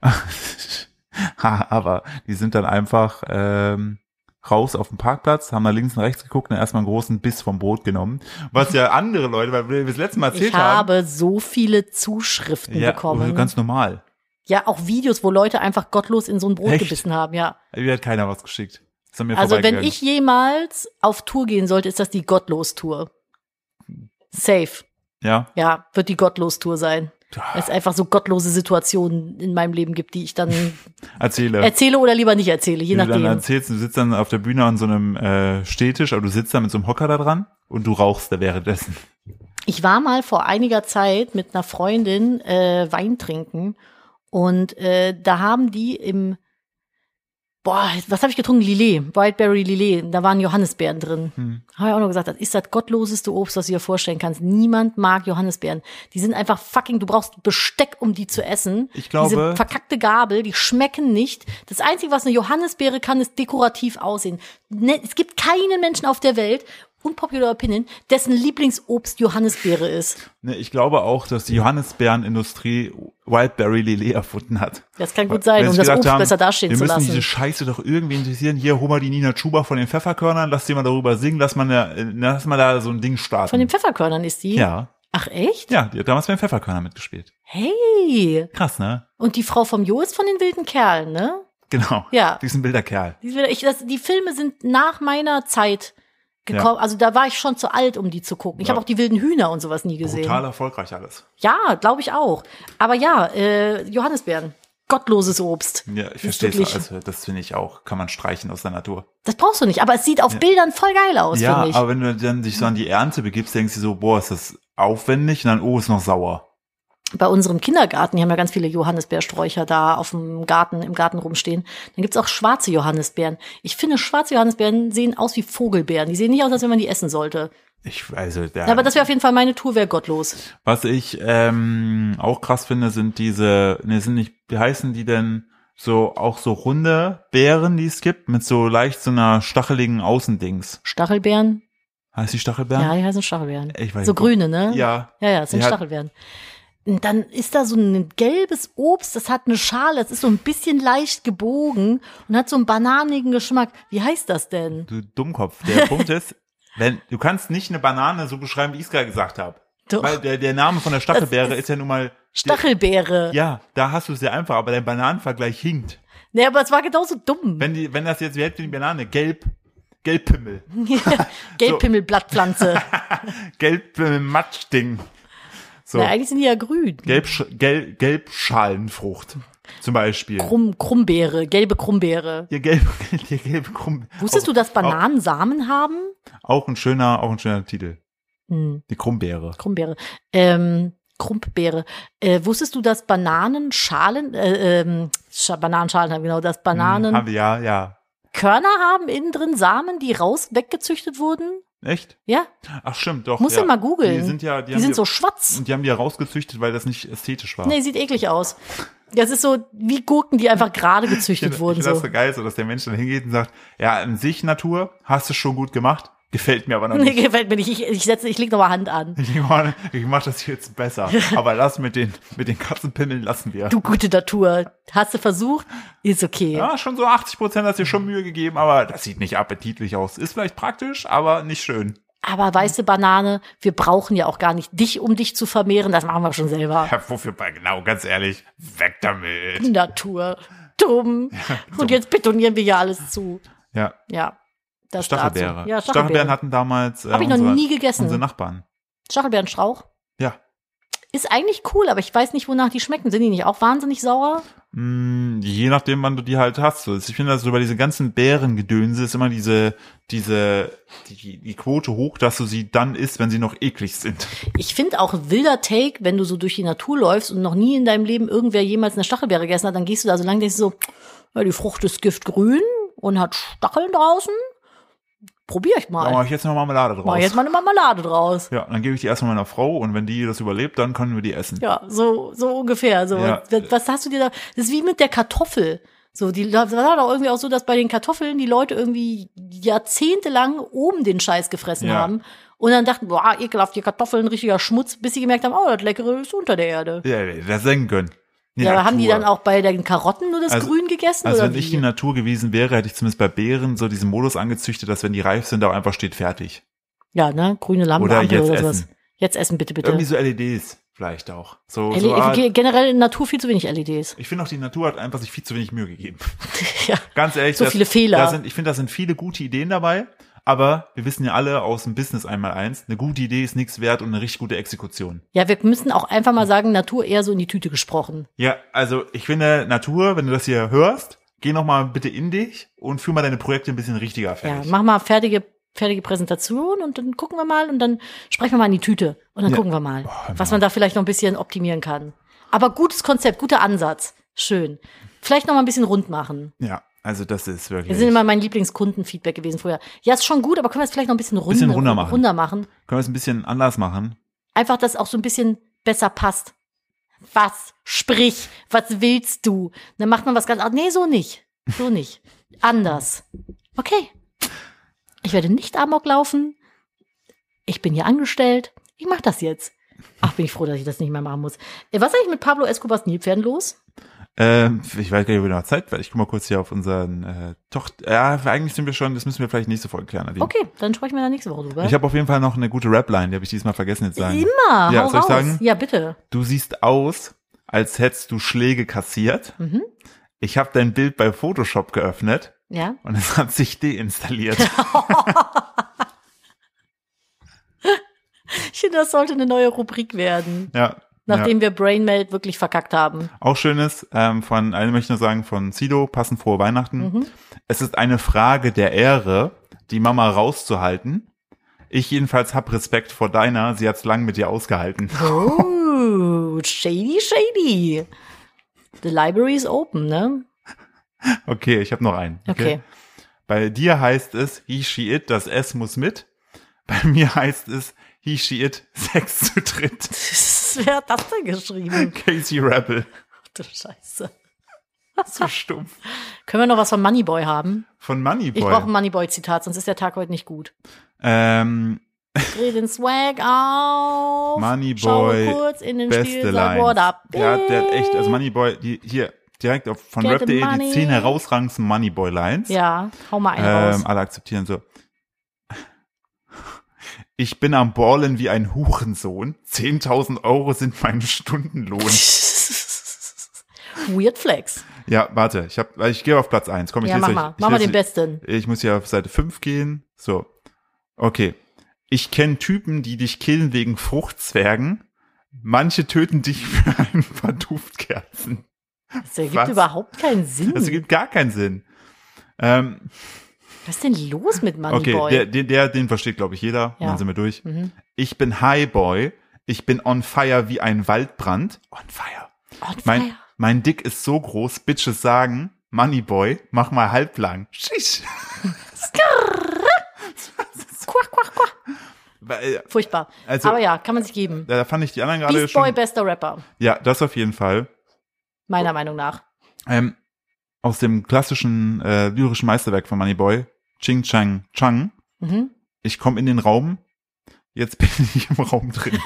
aber die sind dann einfach ähm, raus auf dem Parkplatz, haben da links und rechts geguckt und erstmal einen großen Biss vom Brot genommen. Was ja andere Leute, weil wir das letzte Mal erzählt Ich habe so viele Zuschriften ja, bekommen. ganz normal. Ja, auch Videos, wo Leute einfach gottlos in so ein Brot Echt? gebissen haben, ja. Mir hat keiner was geschickt. Ist an mir Also wenn vorbeigegangen. ich jemals auf Tour gehen sollte, ist das die Gottlos-Tour. Safe. Ja, Ja, wird die Gottlos-Tour sein. Weil es einfach so gottlose Situationen in meinem Leben gibt, die ich dann erzähle. erzähle oder lieber nicht erzähle, je Wie du dann nachdem. erzählst, du sitzt dann auf der Bühne an so einem äh, Stehtisch, aber du sitzt da mit so einem Hocker da dran und du rauchst da währenddessen. Ich war mal vor einiger Zeit mit einer Freundin äh, Wein trinken und äh, da haben die im Boah, was habe ich getrunken? Lillet, Wildberry Lillet. Da waren Johannisbeeren drin. Hm. Habe ich auch noch gesagt, das ist das gottloseste Obst, was du dir vorstellen kannst. Niemand mag Johannisbeeren. Die sind einfach fucking, du brauchst Besteck, um die zu essen. Ich glaube- Diese verkackte Gabel, die schmecken nicht. Das Einzige, was eine Johannisbeere kann, ist dekorativ aussehen. Ne, es gibt keinen Menschen auf der Welt, unpopular opinion, dessen Lieblingsobst Johannisbeere ist. Ne, ich glaube auch, dass die Johannisbeerenindustrie Wildberry Lillet erfunden hat. Das kann gut sein, Weil um sie das gedacht Obst haben, besser dastehen wir zu müssen lassen. diese Scheiße doch irgendwie interessieren. Hier, hol mal die Nina Chuba von den Pfefferkörnern, lass die mal darüber singen, lass mal, eine, lass mal da so ein Ding starten. Von den Pfefferkörnern ist die? Ja. Ach echt? Ja, die hat damals bei den Pfefferkörnern mitgespielt. Hey. Krass, ne? Und die Frau vom Jo ist von den wilden Kerlen, ne? Genau. Ja. Die ist ein wilder Kerl. Die, ich, das, die Filme sind nach meiner Zeit gekommen. Ja. Also da war ich schon zu alt, um die zu gucken. Ich Ja. habe auch die wilden Hühner und sowas nie gesehen. Total erfolgreich alles. Ja, glaube ich auch. Aber ja, äh, Johannisbeeren. Gottloses Obst. Ja, ich Ist verstehe es. wirklich- Also, das finde ich auch, kann man streichen aus der Natur. Das brauchst du nicht. Aber es sieht auf Bildern voll geil aus, Ja, finde ich. aber wenn du dann dich so an die Ernte begibst, denkst du so, boah, ist das aufwendig und dann, oh, ist noch sauer. Bei unserem Kindergarten, die haben ja ganz viele Johannisbeersträucher da auf dem Garten, im Garten rumstehen. Dann gibt's auch schwarze Johannisbeeren. Ich finde, schwarze Johannisbeeren sehen aus wie Vogelbeeren. Die sehen nicht aus, als wenn man die essen sollte. Ich, also, der, Ja, aber das wäre auf jeden Fall meine Tour, wäre gottlos. was ich ähm, auch krass finde, sind diese, ne, sind nicht, wie heißen die denn, so, auch so runde Beeren, die es gibt, mit so leicht so einer stacheligen Außendings. Stachelbeeren? Heißt die Stachelbeeren? Ja, die heißen Stachelbeeren. Ich weiß So nicht. grüne, ne? Ja. Ja, ja, das sind Die hat- Stachelbeeren. Und dann ist da so ein gelbes Obst, das hat eine Schale, das ist so ein bisschen leicht gebogen und hat so einen bananigen Geschmack. Wie heißt das denn? Du Dummkopf. Der Punkt ist, wenn, du kannst nicht eine Banane so beschreiben, wie ich es gerade gesagt habe. Doch. Weil der, der Name von der Stachelbeere Das ist, ist ja nun mal, Stachelbeere. ja, da hast du es ja einfach, aber der Bananenvergleich hinkt. Nee, aber es war genauso dumm. Wenn die, wenn das jetzt, wie hätte die Banane? Gelb, Gelbpimmel. Gelbpimmelblattpflanze. Gelb-Matschding. So. Na, eigentlich sind die ja grün. Gelb, Gel, Gelbschalenfrucht. Zum Beispiel. Krumm, Krummbeere, gelbe Krummbeere. Hier gelbe, hier gelbe Krumm. Wusstest auch, du, dass Bananen Samen haben? Auch, auch ein schöner, auch ein schöner Titel. Hm, Die Krummbeere. Krummbeere. Ähm, Krummbeere. Äh, wusstest du, dass Bananen Schalen, äh, ähm, Sch Bananenschalen haben, genau, dass Bananen Hm, haben wir, ja, ja. Körner haben innen drin, Samen, die raus weggezüchtet wurden? Echt? Ja, Ach, stimmt, doch. musst ja. du mal googeln. Die sind ja, die, Die haben sind die, so schwarz. und die haben die ja rausgezüchtet, weil das nicht ästhetisch war. Nee, sieht eklig aus. Das ist so wie Gurken, die einfach gerade Ich gezüchtet finde wurden. find das So. so geil, so dass der Mensch dann hingeht und sagt, ja, an sich Natur, hast du schon gut gemacht, gefällt mir aber noch Nee, nicht. gefällt mir nicht. Ich, ich setze, ich leg noch mal Hand an. Ich, mach- ich mach das jetzt besser. Aber lass mit den, mit den Katzenpimmeln lassen wir. Du gute Natur. Hast du versucht? Ist okay. Ja, schon so achtzig Prozent hast dir schon Mühe gegeben, aber das sieht nicht appetitlich aus. Ist vielleicht praktisch, aber nicht schön. Aber weißt du, Banane, wir brauchen ja auch gar nicht dich, um dich zu vermehren. Das machen wir schon selber. Ja, wofür, genau, ganz ehrlich, weg damit. Natur. Dumm. Und jetzt betonieren wir ja alles zu. Ja, Ja. Das Stachelbeere. dazu. Ja, Stachelbeeren Stachelbeeren. hatten damals äh, Hab ich noch unsere, nie gegessen. unsere Nachbarn. Stachelbeerenstrauch. Ja. Ist eigentlich cool, aber ich weiß nicht, wonach die schmecken. Sind die nicht auch wahnsinnig sauer? Mm, je nachdem, wann du die halt hast. So, ich finde, dass so bei diese ganzen Beerengedönse ist immer diese, diese, die, die Quote hoch, dass du sie dann isst, wenn sie noch eklig sind. Ich finde auch wilder Take, wenn du so durch die Natur läufst und noch nie in deinem Leben irgendwer jemals eine Stachelbeere gegessen hat, dann gehst du da so lang, denkst du so, ja, die Frucht ist giftgrün und hat Stacheln draußen. Probier ich Da mal. mache ich jetzt noch Marmelade draus. Mach jetzt mal eine Marmelade draus. Ja, dann gebe ich die erstmal meiner Frau und wenn die das überlebt, dann können wir die essen. Ja, so, so ungefähr. So, Ja. was hast du dir da? Das ist wie mit der Kartoffel. So, die, das war doch irgendwie auch so, dass bei den Kartoffeln die Leute irgendwie jahrzehntelang oben den Scheiß gefressen Ja. haben. Und dann dachten, boah, ekelhaft, die Kartoffeln, richtiger Schmutz, bis sie gemerkt haben, oh, das Leckere ist unter der Erde. Ja, das senken können. Die Ja, aber haben die Natur. dann auch bei den Karotten nur das Also- Grün gegessen? Also oder wenn ich wie? die Natur gewesen wäre, hätte ich zumindest bei Beeren so diesen Modus angezüchtet, dass wenn die reif sind, auch einfach steht fertig. Ja, ne, grüne Lampe Oder Ampel jetzt oder sowas. essen. Jetzt essen, bitte, bitte. Irgendwie so L E Ds vielleicht auch. So, L- so Art, ge- generell in Natur viel zu wenig L E Ds. ich finde auch, die Natur hat einfach sich viel zu wenig Mühe gegeben. Ja. Ganz ehrlich. So das, viele Fehler. Da sind, ich finde, da sind viele gute Ideen dabei. Aber wir wissen ja alle aus dem Business einmal eins, eine gute Idee ist nichts wert und eine richtig gute Exekution. Ja, wir müssen auch einfach mal sagen, Natur eher so in die Tüte gesprochen. Ja, also ich finde, Natur, wenn du das hier hörst, geh noch mal bitte in dich und führ mal deine Projekte ein bisschen richtiger Ja, fertig. mach mal fertige, fertige Präsentation und dann gucken wir mal und dann sprechen wir mal in die Tüte und dann Ja. gucken wir mal, Boah, was man da vielleicht noch ein bisschen optimieren kann. Aber gutes Konzept, guter Ansatz. Schön. Vielleicht noch mal ein bisschen rund machen. Ja, Also das ist wirklich. Das sind immer mein Lieblingskundenfeedback gewesen früher. Ja, ist schon gut, aber können wir es vielleicht noch ein bisschen, runde, bisschen runter machen. runter machen? Können wir es ein bisschen anders machen? Einfach, dass auch so ein bisschen besser passt. Was? Sprich, was willst du? Dann macht man was ganz anderes. Nee, so nicht. So nicht. Anders. Okay. Ich werde nicht Amok laufen. Ich bin hier angestellt. Ich mache das jetzt. Ach, bin ich froh, dass ich das nicht mehr machen muss. Was ist eigentlich mit Pablo Escobars Nilpferden los? Ähm, ich weiß gar nicht, ob wir noch Zeit, weil ich guck mal kurz hier auf unseren äh, Tochter. Ja, eigentlich sind wir schon, das müssen wir vielleicht nächste Folge klären, Nadine. Okay, dann sprechen wir da nächste Woche drüber. Ich habe auf jeden Fall noch eine gute Rap-Line, die habe ich diesmal vergessen jetzt sagen. Immer, ja, hau soll ich raus. sagen? Ja, bitte. Du siehst aus, als hättest du Schläge kassiert. Mhm. Ich habe dein Bild bei Photoshop geöffnet. Ja. Und es hat sich deinstalliert. Ich finde, das sollte eine neue Rubrik werden. Ja. Nachdem ja. wir Brainmeld wirklich verkackt haben. Auch schönes, ähm, von, eine möchte ich nur sagen, von Sido, passend frohe Weihnachten. Mhm. Es ist eine Frage der Ehre, die Mama rauszuhalten. Ich jedenfalls hab Respekt vor deiner, sie hat's lang mit dir ausgehalten. Oh, shady, shady. The library is open, ne? Okay, ich habe noch einen. Okay. okay. Bei dir heißt es, he, she, it, das S muss mit. Bei mir heißt es, he, she, it, Sex zu dritt. Wer hat das denn geschrieben? Casey Rebel. Ach du Scheiße. So stumpf. Können wir noch was von Moneyboy haben? Von Moneyboy? Ich brauche ein Moneyboy-Zitat, sonst ist der Tag heute nicht gut. Ähm. Dreh den Swag auf. Moneyboy, schau kurz in den beste Spiel, sag what up. Ja, der hat echt, also Moneyboy, die hier direkt auf, von rap punkt de die zehn herausragendsten Moneyboy-Lines. Ja, hau mal einen ähm, raus. Alle akzeptieren so. Ich bin am Ballen wie ein Hurensohn. zehntausend Euro sind mein Stundenlohn. Weird Flex. Ja, warte, ich hab, ich gehe auf Platz eins. Komm, ich ja, lese mach euch, mal, ich mach mal lese, den besten. Ich muss hier auf Seite fünf gehen. So. Okay. Ich kenne Typen, die dich killen wegen Fruchtzwergen. Manche töten dich für ein paar Duftkerzen. Das ergibt Was? überhaupt keinen Sinn. Das ergibt gar keinen Sinn. Ähm, Was ist denn los mit Moneyboy? okay, der, der, der, den versteht, glaube ich, jeder. Ja. Dann sind wir durch. Mhm. Ich bin Highboy. Ich bin on fire wie ein Waldbrand. On fire. On Mein, fire. mein Dick ist so groß, Bitches sagen, Moneyboy, mach mal halblang. Schisch. Quack, quack, quack. Weil, Furchtbar. Also, aber ja, kann man sich geben. Da fand ich die anderen gerade Beast Boy, schon. bester Rapper. Ja, das auf jeden Fall. Meiner Meinung nach. Ähm, aus dem klassischen äh, lyrischen Meisterwerk von Moneyboy, Ching Chang Chang. Mhm. Ich komme in den Raum, jetzt bin ich im Raum drin.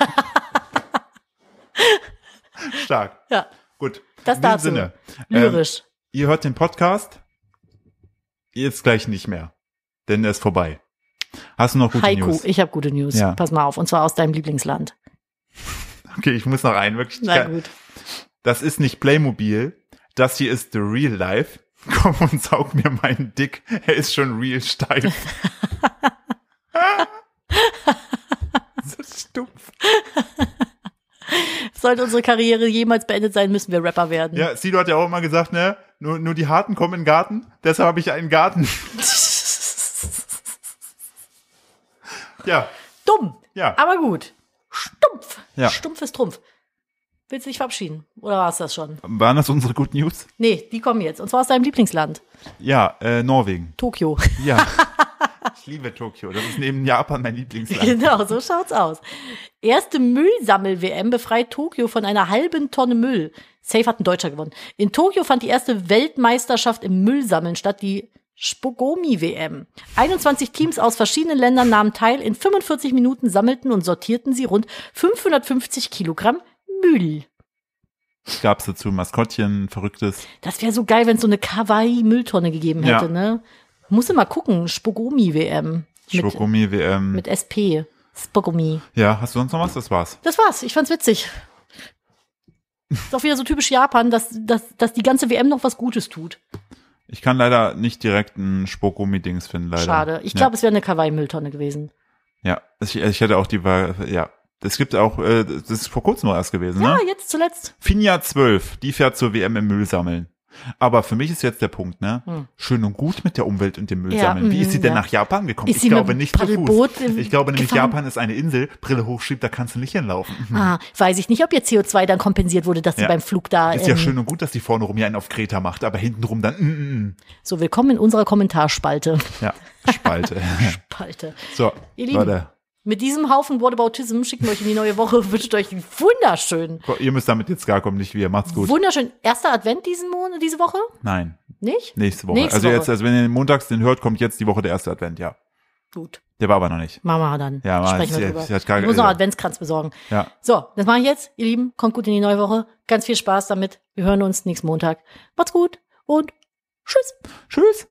Stark. Ja. Gut. Das In diesem dazu. Sinne. Lyrisch. Ähm, ihr hört den Podcast. Jetzt gleich nicht mehr. Denn er ist vorbei. Hast du noch gute Haiku, News? ich habe gute News. Ja. Pass mal auf. Und zwar aus deinem Lieblingsland. Okay, ich muss noch einen. Wirklich. Na gut. Das ist nicht Playmobil. Das hier ist the real life. Komm und saug mir meinen Dick. Er ist schon real steif. So stumpf. Sollte unsere Karriere jemals beendet sein, müssen wir Rapper werden. Ja, Sido hat ja auch immer gesagt, ne, nur, nur die Harten kommen in den Garten. Deshalb habe ich einen Garten. Ja. Dumm. Ja. Aber gut. Stumpf. Ja. Stumpf ist Trumpf. Willst du dich verabschieden? Oder war es das schon? Waren das unsere Good News? Nee, die kommen jetzt. Und zwar aus deinem Lieblingsland. Ja, äh, Norwegen. Tokio. Ja. Ich liebe Tokio. Das ist neben Japan mein Lieblingsland. Genau, so schaut's aus. Erste Müllsammel-W M befreit Tokio von einer halben Tonne Müll. Safe hat ein Deutscher gewonnen. In Tokio fand die erste Weltmeisterschaft im Müllsammeln statt, die Spogomi-W M. einundzwanzig Teams aus verschiedenen Ländern nahmen teil. In fünfundvierzig Minuten sammelten und sortierten sie rund fünfhundertfünfzig Kilogramm Müll. Gab's dazu Maskottchen, Verrücktes? Das wäre so geil, wenn es so eine Kawaii-Mülltonne gegeben hätte, Ja. ne? Muss immer gucken. Spogomi-W M. Mit, Spogomi-W M. mit S P. Spogomi. Ja, hast du sonst noch was? Das war's. Das war's. Ich fand's witzig. Ist auch wieder so typisch Japan, dass, dass, dass die ganze W M noch was Gutes tut. Ich kann leider nicht direkt ein Spogomi-Dings finden, leider. Schade. Ich Ja. glaube, es wäre eine Kawaii-Mülltonne gewesen. Ja, ich, ich hätte auch die Wahl, ja. Es gibt auch, äh, das ist vor kurzem noch erst gewesen, Ja, ne? jetzt zuletzt. Finja zwölf, die fährt zur W M im Müll sammeln. Aber für mich ist jetzt der Punkt, ne? Hm. Schön und gut mit der Umwelt und dem Müll Ja, sammeln. Wie ist sie mm, denn ja. nach Japan gekommen? Ist Ich sie glaube mit nicht zu Paddelboot, Fuß. Ich glaube nämlich, gefahren? Japan ist eine Insel, Brille hochschiebt, da kannst du nicht hinlaufen. Ah, weiß ich nicht, ob ihr C O zwei dann kompensiert wurde, dass sie Ja. beim Flug da. Ist ja ähm, schön und gut, dass die vorne rum ja einen auf Kreta macht, aber hintenrum dann, mm, mm. So, willkommen in unserer Kommentarspalte. Ja, Spalte. Spalte. So, Ihr Lieben, Leute. mit diesem Haufen Whataboutism schicken wir euch in die neue Woche, wünscht euch einen wunderschönen, Ihr müsst damit jetzt gar kommen, nicht wir. Macht's gut. wunderschön erster Advent diesen Monat, diese Woche? Nein, Nicht? nächste Woche. Nächste also Woche. jetzt, also wenn ihr den montags den hört, kommt jetzt die Woche der erste Advent, ja. Gut. Der war aber noch nicht. Machen wir dann. Ja, mach Sprechen wir ich- drüber. ich- ich- ich- Ich muss noch ja. einen Adventskranz besorgen. Ja. So, das mache ich jetzt. Ihr Lieben, kommt gut in die neue Woche. Ganz viel Spaß damit. Wir hören uns nächsten Montag. Macht's gut und tschüss. Tschüss.